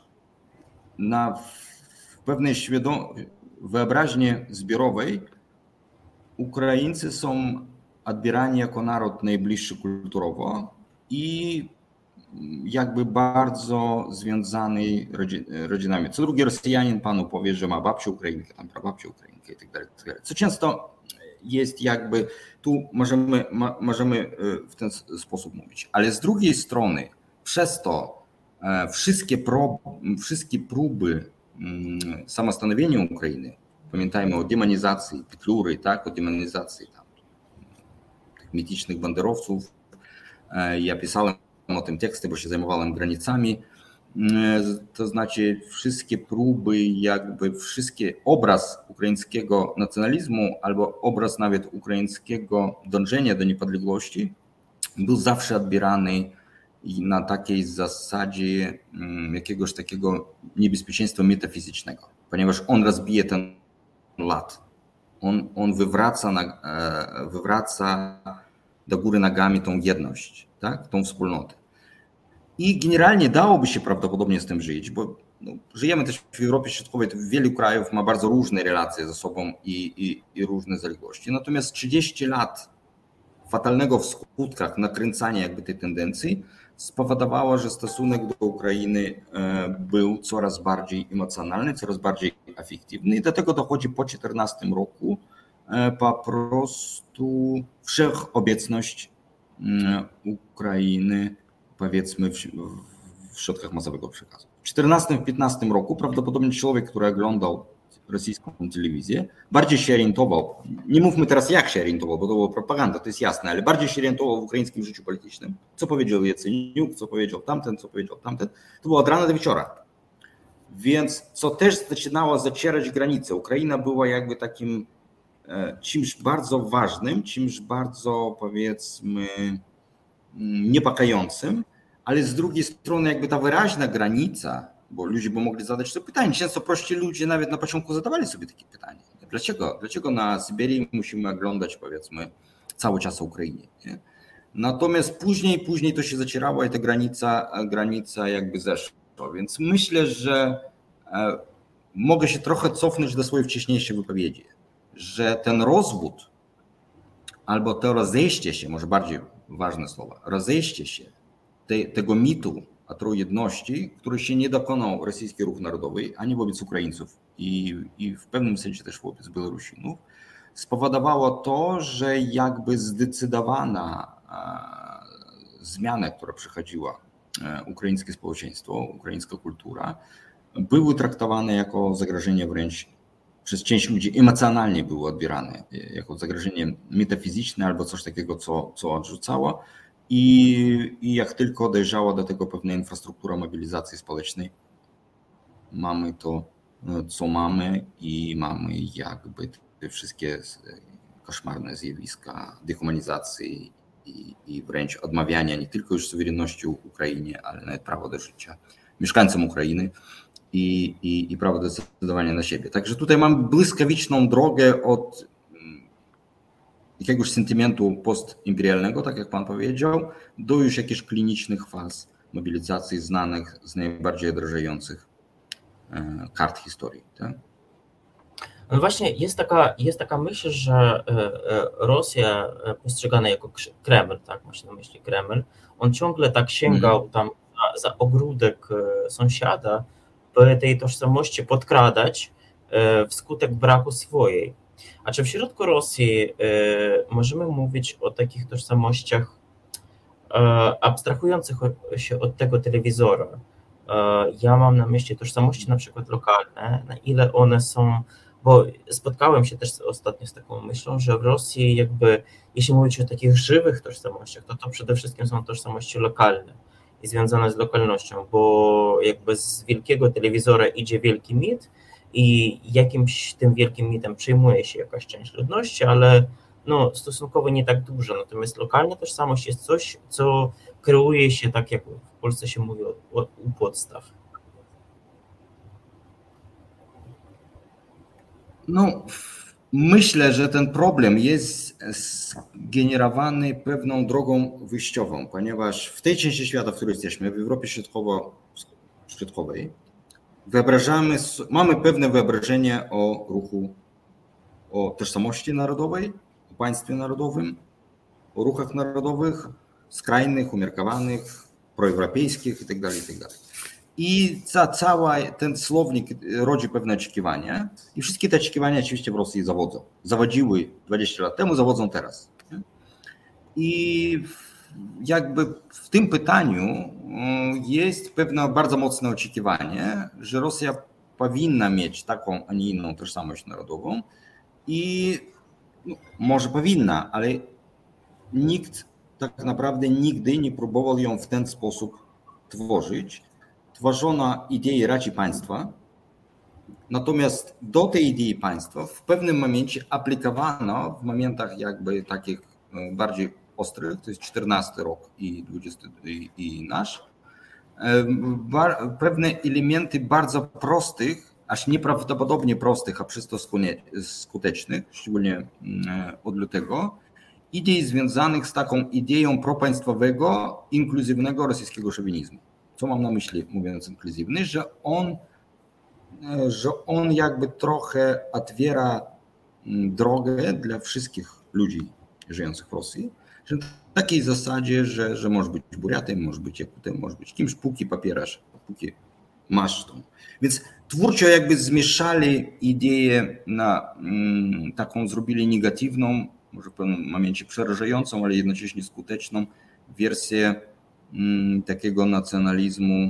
[SPEAKER 2] w pewnej wyobraźni zbiorowej Ukraińcy są odbierani jako naród najbliższy kulturowo i jakby bardzo związany rodzinami. Co drugi Rosjanin panu powie, że ma babcię Ukrainkę, tam prababcię Ukrainkę i tak dalej. Co często jest jakby, tu możemy w ten sposób mówić. Ale z drugiej strony, przez to wszystkie próby samostanowienia Ukrainy, pamiętajmy o demonizacji Petlury, tak, o demonizacji tam, tych mitycznych banderowców. Ja pisałem o tym teksty, bo się zajmowałem granicami. To znaczy wszystkie próby, wszystkie obraz ukraińskiego nacjonalizmu albo obraz nawet ukraińskiego dążenia do niepodległości był zawsze odbierany na takiej zasadzie jakiegoś takiego niebezpieczeństwa metafizycznego, ponieważ on rozbije ten lat. On wywraca do góry nogami tą jedność, tak? Tą wspólnotę. I generalnie dałoby się prawdopodobnie z tym żyć, bo żyjemy też w Europie Środkowej, wielu krajów ma bardzo różne relacje ze sobą i różne zaległości. Natomiast 30 lat fatalnego w skutkach nakręcania jakby tej tendencji spowodowało, że stosunek do Ukrainy był coraz bardziej emocjonalny, coraz bardziej afektywny i do tego dochodzi po 2014 roku po prostu wszechobecność Ukrainy, powiedzmy w środkach masowego przekazu. W 2014-2015 roku prawdopodobnie człowiek, który oglądał rosyjską telewizję, bardziej się orientował, nie mówmy teraz jak się orientował, bo to była propaganda, to jest jasne, ale bardziej się orientował w ukraińskim życiu politycznym, co powiedział Jacyniuk, co powiedział tamten, to było od rana do wieczora. Więc co też zaczynało zacierać granice. Ukraina była jakby takim czymś bardzo ważnym, czymś bardzo powiedzmy niepokającym, ale z drugiej strony jakby ta wyraźna granica, bo ludzie by mogli zadać to pytanie. Często prości ludzie nawet na początku zadawali sobie takie pytanie. Dlaczego na Syberii musimy oglądać powiedzmy cały czas o Ukrainie? Nie? Natomiast później to się zacierało i ta granica jakby zeszła. Więc myślę, że mogę się trochę cofnąć do swojej wcześniejszej wypowiedzi, że ten rozwód albo to rozejście się, może bardziej ważne słowa, rozejście się tego mitu o trójjedności, który się nie dokonał rosyjski ruch narodowy, ani wobec Ukraińców i w pewnym sensie też wobec Białorusinów, spowodowało to, że jakby zdecydowana zmiana, która przychodziła ukraińskie społeczeństwo, ukraińska kultura, były traktowane jako zagrożenie wręcz przez część ludzi emocjonalnie były odbierane jako zagrożenie metafizyczne albo coś takiego, co odrzucało. I jak tylko dojrzała do tego pewna infrastruktura mobilizacji społecznej, mamy to, co mamy i mamy jakby te wszystkie koszmarne zjawiska dehumanizacji i wręcz odmawiania nie tylko już suwerenności Ukrainie, ale nawet prawa do życia mieszkańcom Ukrainy i prawo do decydowania na siebie. Także tutaj mam błyskawiczną drogę od jakiegoś sentymentu postimperialnego, tak jak pan powiedział, do już jakichś klinicznych faz mobilizacji znanych z najbardziej drażających kart historii. Tak?
[SPEAKER 1] No właśnie jest taka myśl, że Rosja postrzegana jako Kreml, tak, ma się na myśli Kreml, on ciągle tak sięgał tam za ogródek sąsiada, by tej tożsamości podkradać wskutek braku swojej. A czy w środku Rosji możemy mówić o takich tożsamościach abstrahujących się od tego telewizora? Ja mam na myśli tożsamości na przykład lokalne, na ile one są, bo spotkałem się też ostatnio z taką myślą, że w Rosji jakby, jeśli mówić o takich żywych tożsamościach, to przede wszystkim są tożsamości lokalne i związane z lokalnością, bo jakby z wielkiego telewizora idzie wielki mit i jakimś tym wielkim mitem przejmuje się jakaś część ludności, ale no, stosunkowo nie tak dużo. Natomiast lokalna tożsamość jest coś, co kreuje się tak, jak w Polsce się mówi, u podstaw.
[SPEAKER 2] No, myślę, że ten problem jest generowany pewną drogą wyjściową, ponieważ w tej części świata, w której jesteśmy, w Europie Środkowej, mamy pewne wyobrażenie o ruchu, o tożsamości narodowej, o państwie narodowym, o ruchach narodowych, skrajnych, umiarkowanych, proeuropejskich itd. I cały ten słownik rodzi pewne oczekiwania i wszystkie te oczekiwania oczywiście w Rosji zawodzą. Zawodziły 20 lat temu, zawodzą teraz. I jakby w tym pytaniu jest pewne bardzo mocne oczekiwanie, że Rosja powinna mieć taką, a nie inną tożsamość narodową i no, może powinna, ale nikt tak naprawdę nigdy nie próbował ją w ten sposób tworzyć. Tworzono ideę raczej państwa, natomiast do tej idei państwa w pewnym momencie aplikowano w momentach jakby takich bardziej ostrych, to jest 14 rok i 20 i nasz, pewne elementy bardzo prostych, aż nieprawdopodobnie prostych, a przez to skutecznych, szczególnie od lutego, idei związanych z taką ideą propaństwowego, inkluzywnego rosyjskiego szowinizmu. Co mam na myśli, mówiąc inkluzywny, że on jakby trochę otwiera drogę dla wszystkich ludzi żyjących w Rosji, że na takiej zasadzie, że możesz być Buriatem, możesz być Jakutem, możesz być kimś, póki popierasz, póki masz tą. Więc twórczo jakby zmieszali ideę na taką, zrobili negatywną, może w pewnym momencie przerażającą, ale jednocześnie skuteczną wersję takiego nacjonalizmu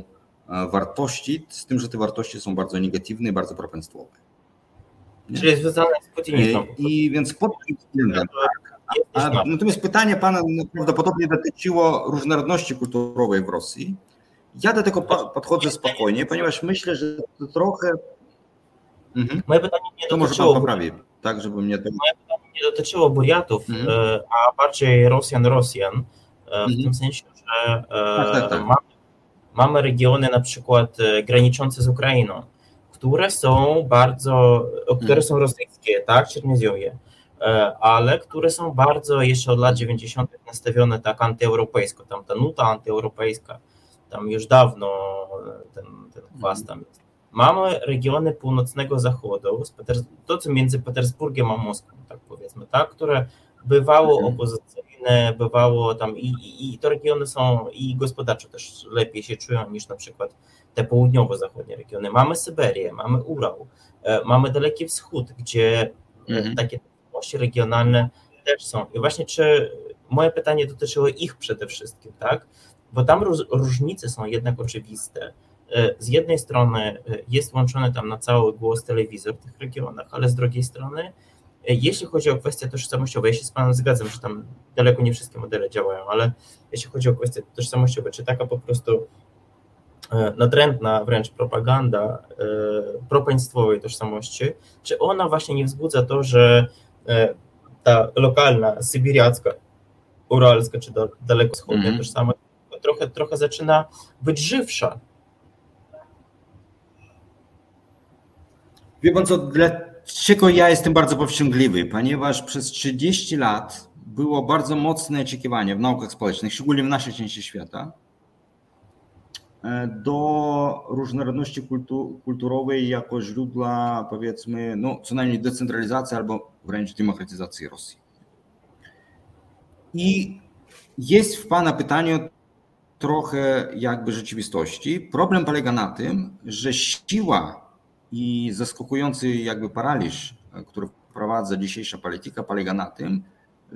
[SPEAKER 2] wartości, z tym, że te wartości są bardzo negatywne i bardzo propaństwowe.
[SPEAKER 1] Czyli związane z putinizmem.
[SPEAKER 2] I więc pod tym względem. Natomiast pytanie pana prawdopodobnie dotyczyło różnorodności kulturowej w Rosji. Ja do tego podchodzę spokojnie, ponieważ myślę, że to trochę...
[SPEAKER 1] Moje pytanie nie
[SPEAKER 2] to może pan poprawi, tak, żeby mnie...
[SPEAKER 1] Moje pytanie nie dotyczyło Buriatów, a bardziej Rosjan, w tym sensie, że mamy regiony na przykład graniczące z Ukrainą, które są które są rosyjskie, tak, Czerniezowie, ale które są bardzo jeszcze od lat 90. nastawione tak antyeuropejsko, tam ta nuta antyeuropejska, tam już dawno ten kwas tam jest. Mamy regiony północnego zachodu, to co między Petersburgiem a Moskwą, tak powiedzmy, tak, które bywało opozycyjne, bywało tam i to regiony są i gospodarczo też lepiej się czują niż na przykład te południowo-zachodnie regiony. Mamy Syberię, mamy Urał, mamy Daleki Wschód, gdzie takie możliwości regionalne też są. I właśnie moje pytanie dotyczyło ich przede wszystkim, tak? Bo tam różnice są jednak oczywiste. Z jednej strony jest łączony tam na cały głos telewizor w tych regionach, ale z drugiej strony, jeśli chodzi o kwestie tożsamościowe, ja się z panem zgadzam, że tam daleko nie wszystkie modele działają, ale jeśli chodzi o kwestie tożsamościowe, czy taka po prostu nadrętna wręcz propaganda propaństwowej tożsamości, czy ona właśnie nie wzbudza to, że ta lokalna, sybiriacka, uralska czy dalekowschodnia tożsamość trochę zaczyna być żywsza.
[SPEAKER 2] Wie pan co, dlaczego ja jestem bardzo powściągliwy? Ponieważ przez 30 lat było bardzo mocne oczekiwanie w naukach społecznych, szczególnie w naszej części świata, do różnorodności kulturowej jako źródła, powiedzmy, no co najmniej decentralizacji albo wręcz demokratyzacji Rosji. I jest w pana pytaniu trochę jakby rzeczywistości. Problem polega na tym, że siła i zaskakujący jakby paraliż, który wprowadza dzisiejsza polityka, polega na tym,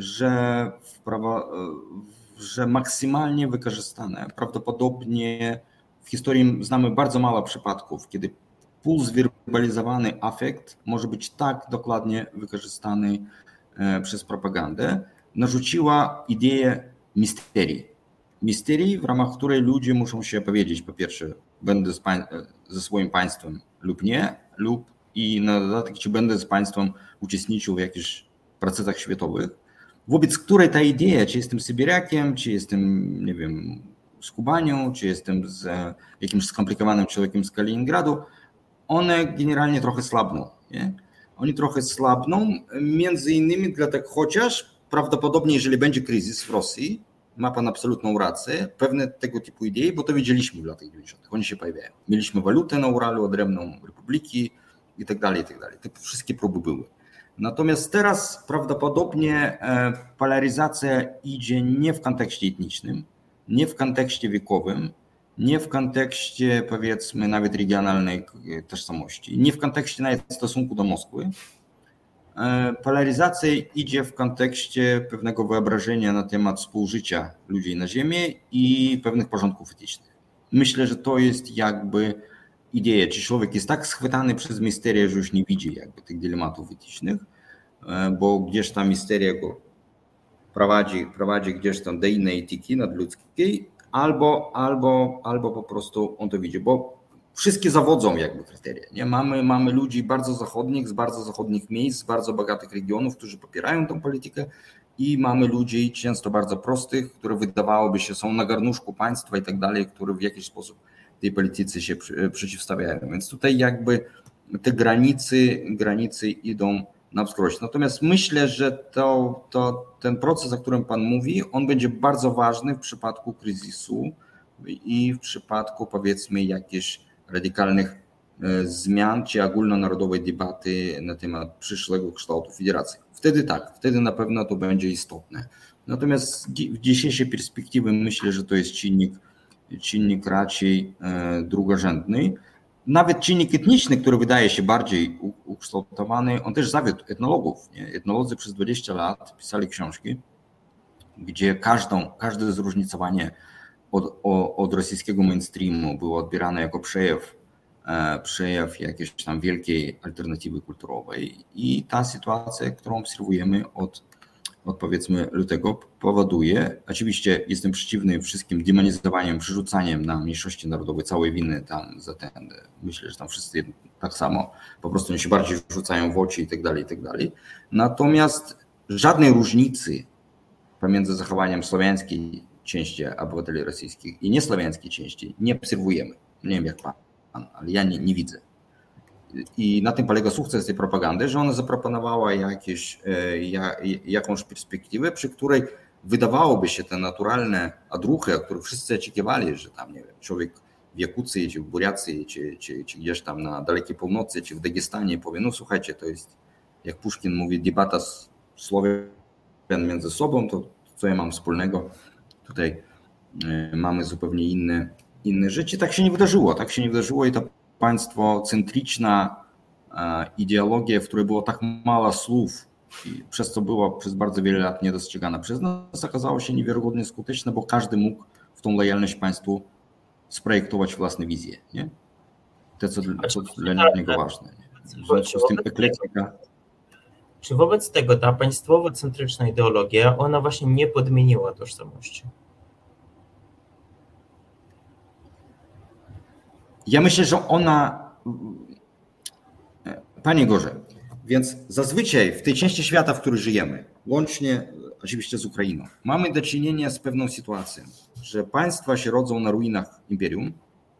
[SPEAKER 2] że maksymalnie wykorzystane, prawdopodobnie w historii znamy bardzo mało przypadków, kiedy półzwerbalizowany afekt może być tak dokładnie wykorzystany przez propagandę, narzuciła ideę misterii. Misterii, w ramach której ludzie muszą się powiedzieć, po pierwsze, będę ze swoim państwem lub nie, i na dodatek, czy będę z państwem uczestniczył w jakichś procesach światowych, wobec której ta idea, czy jestem Sybirakiem, czy jestem, nie wiem, z Kubanią, czy jestem z jakimś skomplikowanym człowiekiem z Kaliningradu, one generalnie trochę słabną. Nie? Oni trochę słabną, między innymi dlatego, chociaż prawdopodobnie, jeżeli będzie kryzys w Rosji, ma pan absolutną rację, pewne tego typu idei, bo to widzieliśmy w latach 90. Oni się pojawiają. Mieliśmy walutę na Uralu, odrębną republiki i tak dalej, i tak dalej. Te wszystkie próby były. Natomiast teraz prawdopodobnie polaryzacja idzie nie w kontekście etnicznym, nie w kontekście wiekowym, nie w kontekście, powiedzmy, nawet regionalnej tożsamości, nie w kontekście nawet stosunku do Moskwy. Polaryzacja idzie w kontekście pewnego wyobrażenia na temat współżycia ludzi na Ziemi i pewnych porządków etycznych. Myślę, że to jest jakby idea, czy człowiek jest tak schwytany przez misterię, że już nie widzi jakby tych dylematów etycznych, bo gdzieś tam misteria go prowadzi gdzieś tam do innej etyki nadludzkiej, albo po prostu on to widzi, bo wszystkie zawodzą jakby kryteria. Nie? Mamy ludzi bardzo zachodnich, z bardzo zachodnich miejsc, z bardzo bogatych regionów, którzy popierają tę politykę i mamy ludzi często bardzo prostych, które wydawałoby się są na garnuszku państwa i tak dalej, które w jakiś sposób tej polityce się przeciwstawiają. Więc tutaj jakby te granice idą na wskroś. Natomiast myślę, że ten proces, o którym pan mówi, on będzie bardzo ważny w przypadku kryzysu i w przypadku, powiedzmy, jakichś radykalnych zmian czy ogólnonarodowej debaty na temat przyszłego kształtu federacji. Wtedy tak, wtedy na pewno to będzie istotne. Natomiast w dzisiejszej perspektywie myślę, że to jest czynnik raczej drugorzędny. Nawet czynnik etniczny, który wydaje się bardziej ukształtowany, on też zawiódł etnologów. Nie? Etnolodzy przez 20 lat pisali książki, gdzie każde zróżnicowanie od rosyjskiego mainstreamu było odbierane jako przejaw jakiejś tam wielkiej alternatywy kulturowej i ta sytuacja, którą obserwujemy od powiedzmy lutego powoduje, oczywiście jestem przeciwny wszystkim demonizowaniom, przerzucaniem na mniejszości narodowe całej winy tam za ten, myślę, że tam wszyscy tak samo, po prostu oni się bardziej rzucają w oczy i tak dalej, natomiast żadnej różnicy pomiędzy zachowaniem słowiańskiej części obywateli rosyjskich i niesłowiańskiej części nie obserwujemy. Nie wiem jak pan, ale ja nie widzę. I na tym polega sukces tej propagandy, że ona zaproponowała jakąś perspektywę, przy której wydawałoby się te naturalne odruchy, o których wszyscy oczekiwali, że tam, nie wiem, człowiek w Jakucji, czy w Buriacji, czy gdzieś tam na dalekiej północy, czy w Dagestanie powie, no słuchajcie, to jest, jak Puszkin mówi, debata Słowian między sobą, to co ja mam wspólnego? Tutaj mamy zupełnie inne życie. Tak się nie wydarzyło i to państwocentryczna ideologia, w której było tak mało słów, i przez co było przez bardzo wiele lat niedostrzegana przez nas, okazała się niewiarygodnie skuteczna, bo każdy mógł w tą lojalność państwu sprojektować własne wizje. Nie? To, co dla niego ważne. Nie? W związku z tym eklektyka.
[SPEAKER 1] Czy wobec tego ta państwowo-centryczna ideologia, ona właśnie nie podmieniła tożsamości?
[SPEAKER 2] Ja myślę, że ona, panie Gorze, więc zazwyczaj w tej części świata, w której żyjemy, łącznie oczywiście z Ukrainą, mamy do czynienia z pewną sytuacją, że państwa się rodzą na ruinach imperium,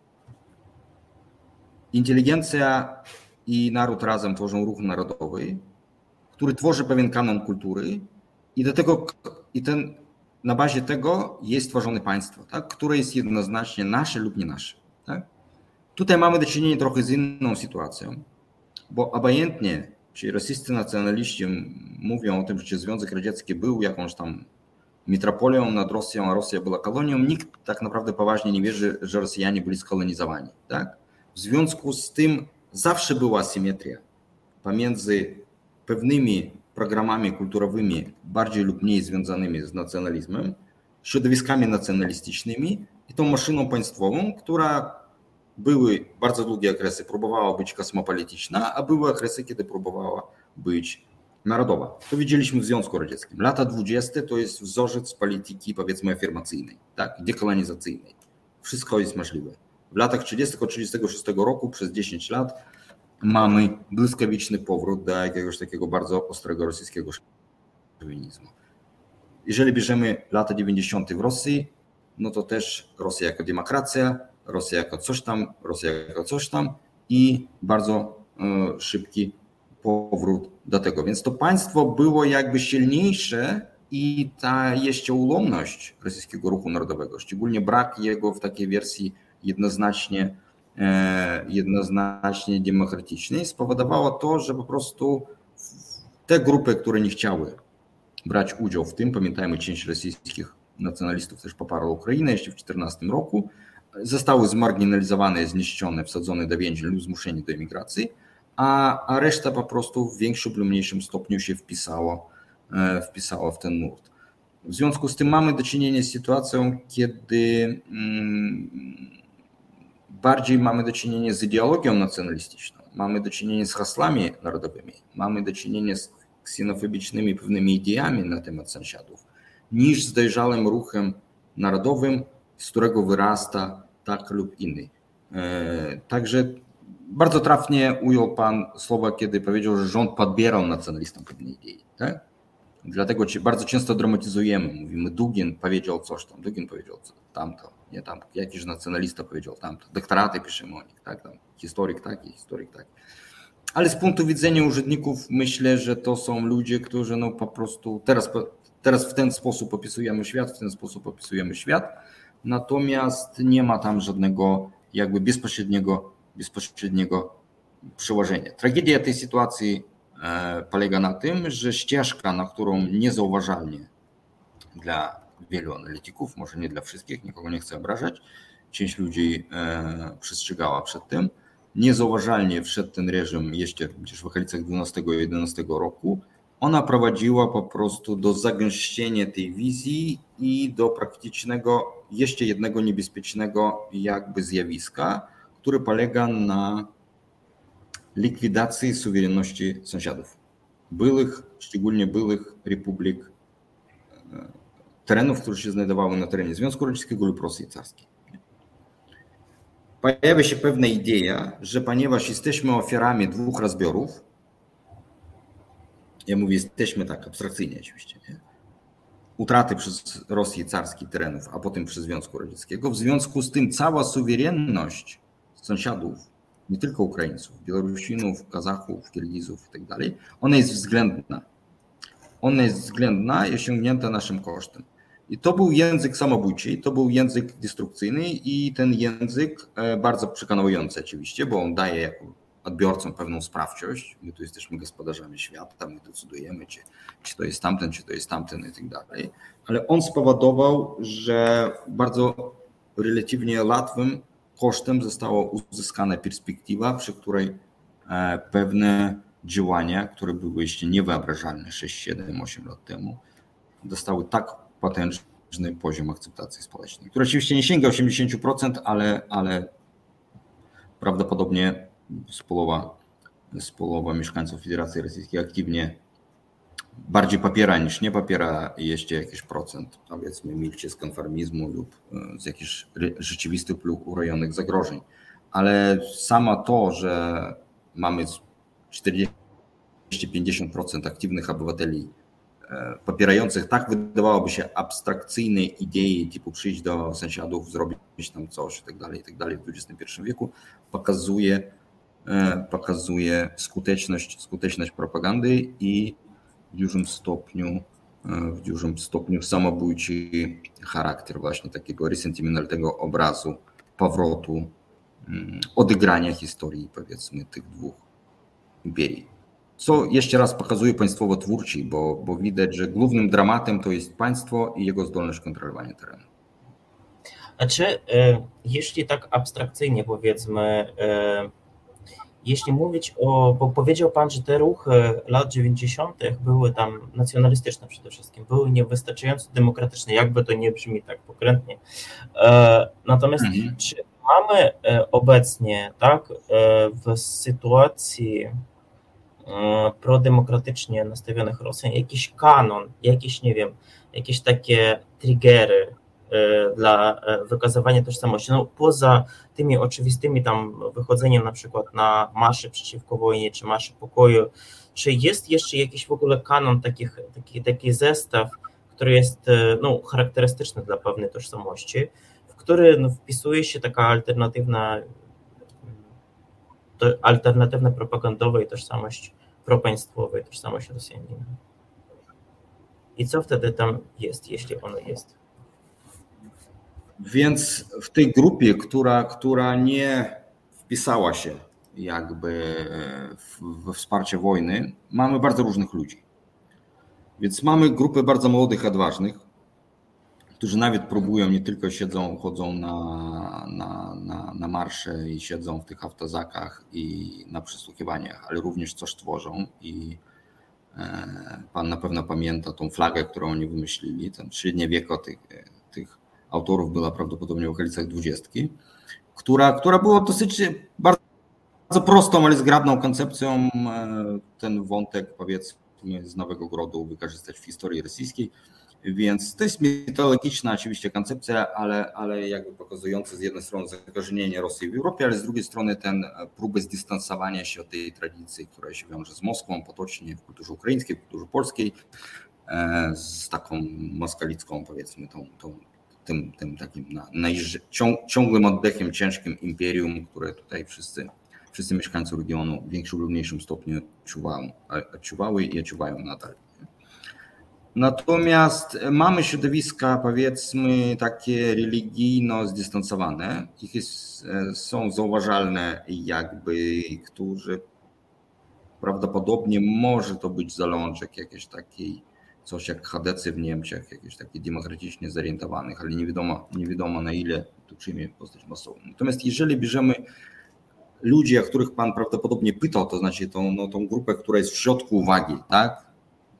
[SPEAKER 2] inteligencja i naród razem tworzą ruch narodowy, który tworzy pewien kanon kultury i na bazie tego jest tworzone państwo, tak, które jest jednoznacznie nasze lub nie nasze. Tak? Tutaj mamy do czynienia trochę z inną sytuacją, bo obojętnie, czy rosyjscy nacjonaliści mówią o tym, że Związek Radziecki był jakąś tam metropolią nad Rosją, a Rosja była kolonią, nikt tak naprawdę poważnie nie wierzy, że Rosjanie byli skolonizowani. Tak? W związku z tym zawsze była asymetria pomiędzy pewnymi programami kulturowymi, bardziej lub mniej związanymi z nacjonalizmem, środowiskami nacjonalistycznymi i tą maszyną państwową, która były bardzo długie okresy, próbowała być kosmopolityczna, a były okresy, kiedy próbowała być narodowa. To widzieliśmy w Związku Radzieckim. Lata 20 to jest wzorzec polityki, powiedzmy, afirmacyjnej, tak, dekolonizacyjnej. Wszystko jest możliwe. W latach 30-36 roku przez 10 lat mamy błyskawiczny powrót do jakiegoś takiego bardzo ostrego rosyjskiego szowinizmu. Jeżeli bierzemy lata 90 w Rosji, no to też Rosja jako demokracja, Rosja jako coś tam i bardzo szybki powrót do tego. Więc to państwo było jakby silniejsze i ta jeszcze ułomność rosyjskiego ruchu narodowego, szczególnie brak jego w takiej wersji jednoznacznie demokratycznej, spowodowało to, że po prostu te grupy, które nie chciały brać udziału w tym, pamiętajmy, część rosyjskich nacjonalistów też poparła Ukrainę jeszcze w 2014 roku, zostały zmarginalizowane, zniszczone, wsadzone do więzień lub zmuszeni do emigracji, a reszta po prostu w większym lub mniejszym stopniu się wpisała w ten nurt. W związku z tym mamy do czynienia z sytuacją, kiedy bardziej mamy do czynienia z ideologią nacjonalistyczną, mamy do czynienia z hasłami narodowymi, mamy do czynienia z ksenofobicznymi pewnymi ideami na temat sąsiadów, niż z dojrzałym ruchem narodowym, z którego wyrasta tak lub inny. Także bardzo trafnie ujął pan słowa, kiedy powiedział, że rząd podbierał nacjonalistom pewne idei. Tak? Dlatego bardzo często dramatyzujemy, mówimy, Dugin powiedział coś tam, Dugin powiedział tamto, nie tam, jakiś nacjonalista powiedział tamto, doktoraty piszemy o nich, tak, tam, historyk taki. Ale z punktu widzenia urzędników myślę, że to są ludzie, którzy no po prostu teraz w ten sposób opisujemy świat, natomiast nie ma tam żadnego jakby bezpośredniego przełożenia. Tragedia tej sytuacji polega na tym, że ścieżka, na którą niezauważalnie dla wielu analityków, może nie dla wszystkich, nikogo nie chcę obrażać, część ludzi przestrzegała przed tym, niezauważalnie wszedł ten reżim jeszcze w okolicach 12-11 roku, ona prowadziła po prostu do zagęszczenia tej wizji i do praktycznego, jeszcze jednego niebezpiecznego jakby zjawiska, które polega na likwidacji suwerenności sąsiadów. Szczególnie byłych republik, terenów, które się znajdowały na terenie Związku Radzieckiego lub Rosji Carskiej. Pojawia się pewna idea, że ponieważ jesteśmy ofiarami dwóch rozbiorów, ja mówię, jesteśmy tak abstrakcyjnie oczywiście, nie? Utraty przez Rosję carskiej terenów, a potem przez Związku Radzieckiego, w związku z tym cała suwerenność sąsiadów, nie tylko Ukraińców, Białorusinów, Kazachów, Kirgizów i tak dalej, ona jest względna. Ona jest względna i osiągnięta naszym kosztem. I to był język samobójczy, to był język destrukcyjny i ten język bardzo przekonujący oczywiście, bo on daje jako odbiorcom pewną sprawczość. My tu jesteśmy gospodarzami świata, my decydujemy, czy to jest tamten, czy to jest tamten i tak dalej. Ale on spowodował, że bardzo relatywnie łatwym kosztem została uzyskana perspektywa, przy której pewne działania, które były jeszcze niewyobrażalne 6, 7, 8 lat temu, dostały tak potężny poziom akceptacji społecznej, który oczywiście nie sięga 80%, ale prawdopodobnie z połowa mieszkańców Federacji Rosyjskiej aktywnie bardziej popiera niż nie popiera, jeszcze jakiś procent, powiedzmy, milczy z konformizmu lub z jakichś rzeczywistych lub urojonych zagrożeń. Ale samo to, że mamy 40-50% aktywnych obywateli popierających tak wydawałoby się abstrakcyjne idei typu przyjść do sąsiadów, zrobić tam coś i tak dalej w XXI wieku pokazuje skuteczność propagandy i w dużym stopniu samobójczy charakter właśnie takiego resentymentalnego obrazu powrotu, odegrania historii, powiedzmy, tych dwóch imperii. Co jeszcze raz pokazuje państwowo-twórczy, bo widać, że głównym dramatem to jest państwo i jego zdolność kontrolowania terenu.
[SPEAKER 1] A czy jeśli tak abstrakcyjnie powiedzmy, jeśli mówić bo powiedział Pan, że te ruchy lat 90. były tam nacjonalistyczne przede wszystkim, były niewystarczająco demokratyczne, jakby to nie brzmi tak pokrętnie. Natomiast czy mamy obecnie, tak, w sytuacji prodemokratycznie nastawionych Rosjan jakiś kanon, nie wiem, jakieś takie triggery dla wykazywania tożsamości, no poza tymi oczywistymi tam wychodzeniem na przykład na marsze przeciwko wojnie czy marsze pokoju, czy jest jeszcze jakiś w ogóle kanon, taki zestaw, który jest charakterystyczny dla pewnej tożsamości, w który wpisuje się taka alternatywna propagandowa i tożsamość propaństwowa i tożsamość Rosjanina. I co wtedy tam jest, jeśli ono jest?
[SPEAKER 2] Więc w tej grupie, która nie wpisała się jakby we wsparcie wojny, mamy bardzo różnych ludzi. Więc mamy grupę bardzo młodych, odważnych, którzy nawet próbują, nie tylko chodzą na marsze i siedzą w tych autozakach i na przesłuchiwaniach, ale również coś tworzą. I Pan na pewno pamięta tą flagę, którą oni wymyślili. Ten średniowieko tych autorów była prawdopodobnie w okolicach 20, która była dosyć bardzo prostą, ale zgrabną koncepcją ten wątek, powiedzmy, z Nowego Grodu wykorzystać w historii rosyjskiej. Więc to jest mitologiczna oczywiście koncepcja, ale jakby pokazująca z jednej strony zakorzenienie Rosji w Europie, ale z drugiej strony ten próbę zdystansowania się od tej tradycji, która się wiąże z Moskwą, potocznie w kulturze ukraińskiej, w kulturze polskiej, z taką moskalicką, powiedzmy, tym takim ciągłym oddechem, ciężkim imperium, które tutaj wszyscy mieszkańcy regionu w większym lub mniejszym stopniu odczuwały i odczuwają nadal. Natomiast mamy środowiska, powiedzmy, takie religijno zdystansowane. Są zauważalne jakby, którzy prawdopodobnie może to być zalążek jakiejś takiej, coś jak chadecy w Niemczech, jakieś takie demokratycznie zorientowanych, ale nie wiadomo na ile to przyjmie postać masową. Natomiast jeżeli bierzemy ludzi, o których Pan prawdopodobnie pytał, to znaczy tą grupę, która jest w środku uwagi, tak?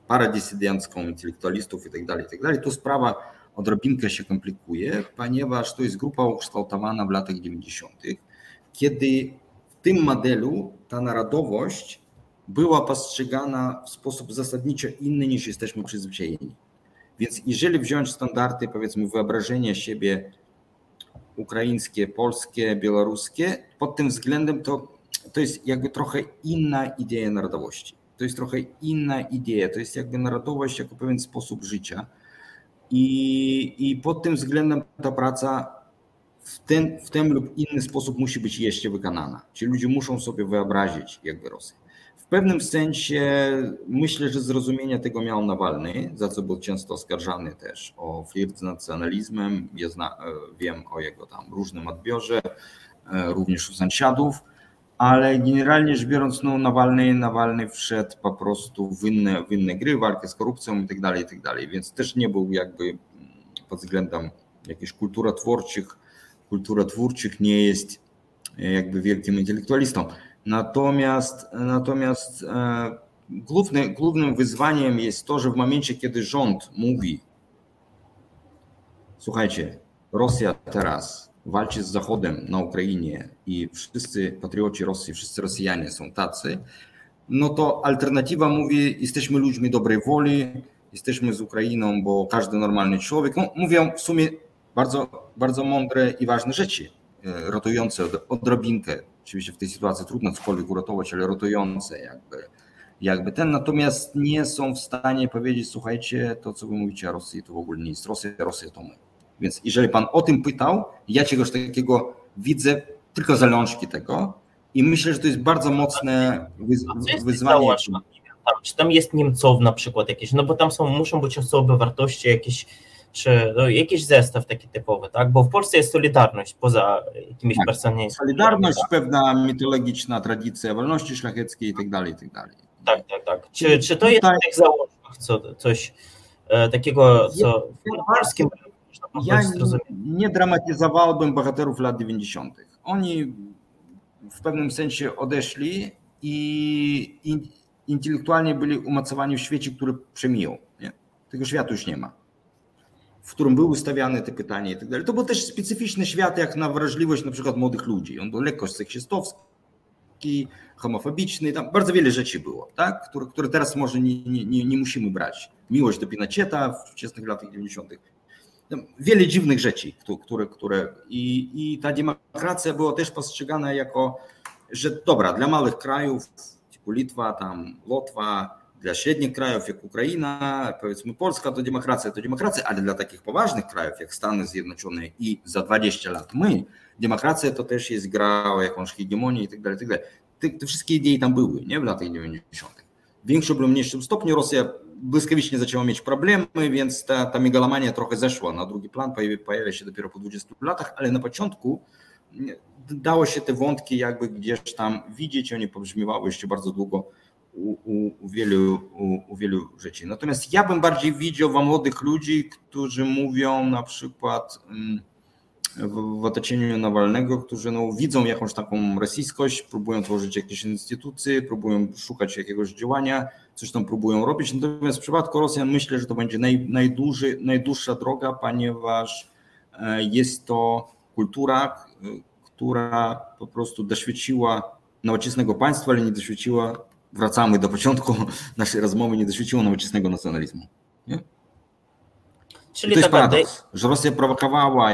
[SPEAKER 2] paradysydencką intelektualistów i tak dalej, to sprawa odrobinkę się komplikuje, ponieważ to jest grupa ukształtowana w latach 90., kiedy w tym modelu ta narodowość była postrzegana w sposób zasadniczo inny niż jesteśmy przyzwyczajeni. Więc jeżeli wziąć standardy, powiedzmy, wyobrażenia siebie ukraińskie, polskie, białoruskie, pod tym względem to jest jakby trochę inna idea narodowości. To jest trochę inna idea, to jest jakby narodowość jako pewien sposób życia i pod tym względem ta praca w ten lub inny sposób musi być jeszcze wykonana. Ci ludzie muszą sobie wyobrazić jakby Rosję. W pewnym sensie myślę, że zrozumienie tego miał Nawalny, za co był często oskarżany też o flirt z nacjonalizmem. Wiem o jego tam różnym odbiorze, również u sąsiadów, ale generalnie rzecz biorąc, no Nawalny wszedł po prostu w inne gry, walkę z korupcją i tak dalej, więc też nie był jakby pod względem jakichś kulturotwórczych nie jest jakby wielkim intelektualistą. Natomiast głównym wyzwaniem jest to, że w momencie, kiedy rząd mówi, słuchajcie, Rosja teraz walczy z Zachodem na Ukrainie i wszyscy patrioci Rosji, wszyscy Rosjanie są tacy, no to alternatywa mówi, jesteśmy ludźmi dobrej woli, jesteśmy z Ukrainą, bo każdy normalny człowiek, no, mówią w sumie bardzo, bardzo mądre i ważne rzeczy, ratujące odrobinkę. Oczywiście w tej sytuacji trudno cokolwiek uratować, ale ratujące jakby ten. Natomiast nie są w stanie powiedzieć, słuchajcie, to co wy mówicie o Rosji, to w ogóle nie jest Rosja to my. Więc jeżeli pan o tym pytał, ja czegoś takiego widzę, tylko zalążki tego i myślę, że to jest bardzo mocne wyzwanie.
[SPEAKER 1] Czy tam jest Niemcow na przykład jakieś, no bo tam muszą być osoby, wartości jakieś, czy no, jakiś zestaw taki typowy, tak? Bo w Polsce jest solidarność poza jakimiś personalnymi.
[SPEAKER 2] Solidarność, pewna mitologiczna tradycja wolności szlacheckiej i tak dalej.
[SPEAKER 1] Tak. Czy to jest w tych założeniach coś takiego, co w polskim
[SPEAKER 2] ja nie dramatyzowałbym bohaterów lat 90. Oni w pewnym sensie odeszli i intelektualnie byli umocowani w świecie, który przemijał. Nie? Tego świata już nie ma, w którym były stawiane te pytania i tak dalej. To był też specyficzny świat, jak na wrażliwość na przykład młodych ludzi. On był lekko seksistowski, homofobiczny, tam bardzo wiele rzeczy było, tak? które teraz może nie musimy brać. Miłość do Pinocheta w wczesnych latach 90. Wiele dziwnych rzeczy, które i ta demokracja była też postrzegana jako, że dobra, dla małych krajów, typu Litwa, tam Łotwa, dla średnich krajów jak Ukraina, powiedzmy Polska to demokracja, ale dla takich poważnych krajów jak Stany Zjednoczone i za 20 lat my, demokracja to też jest gra o jakąś hegemonię i tak dalej. Te wszystkie idee tam były, nie, w latach 90. W większym lub mniejszym stopniu Rosja błyskawicznie zaczęła mieć problemy, więc ta megalomania trochę zeszła na drugi plan, pojawia się dopiero po 20 latach, ale na początku dało się te wątki jakby gdzieś tam widzieć, one pobrzmiewały jeszcze bardzo długo u wielu rzeczy. Natomiast ja bym bardziej widział młodych ludzi, którzy mówią na przykład w otoczeniu Nawalnego, którzy widzą jakąś taką rosyjskość, próbują tworzyć jakieś instytucje, próbują szukać jakiegoś działania, coś tam próbują robić. Natomiast w przypadku Rosjan myślę, że to będzie najdłuższa droga, ponieważ jest to kultura, która po prostu doświadczyła nowoczesnego państwa, ale nie doświadczyła, wracamy do początku naszej rozmowy, nie doświadczyła nowoczesnego nacjonalizmu. Nie? Czyli to jest paradoks, że Rosja prowokowała.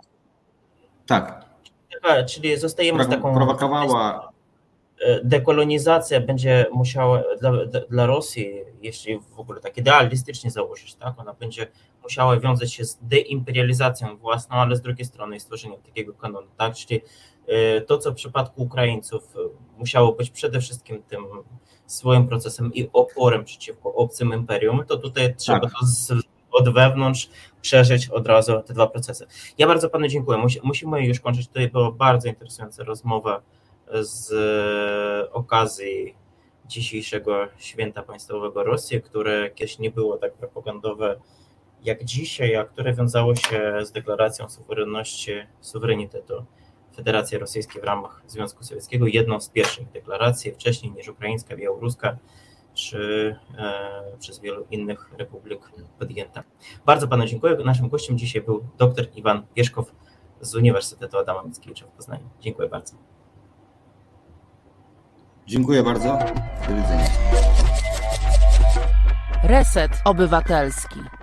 [SPEAKER 2] Tak.
[SPEAKER 1] Czyli zostajemy z taką. Prowokowała. Dekolonizacja będzie musiała dla Rosji, jeśli w ogóle tak idealistycznie założyć, tak, ona będzie musiała wiązać się z deimperializacją własną, ale z drugiej strony stworzeniem takiego kanonu, tak, czyli to, co w przypadku Ukraińców musiało być przede wszystkim tym swoim procesem i oporem przeciwko obcym imperium, to tutaj trzeba to od wewnątrz przeżyć od razu te dwa procesy. Ja bardzo panu dziękuję. Musimy już kończyć. Tutaj była bardzo interesująca rozmowa z okazji dzisiejszego święta państwowego Rosji, które kiedyś nie było tak propagandowe jak dzisiaj, a które wiązało się z deklaracją suwerenitetu Federacji Rosyjskiej w ramach Związku Sowieckiego. Jedną z pierwszych deklaracji, wcześniej niż ukraińska, białoruska, czy przez wielu innych republik podjęta. Bardzo panu dziękuję. Naszym gościem dzisiaj był dr Iwan Wierzchow z Uniwersytetu Adama Mickiewicza w Poznaniu. Dziękuję bardzo.
[SPEAKER 2] Dziękuję bardzo. Do widzenia.
[SPEAKER 3] Reset Obywatelski.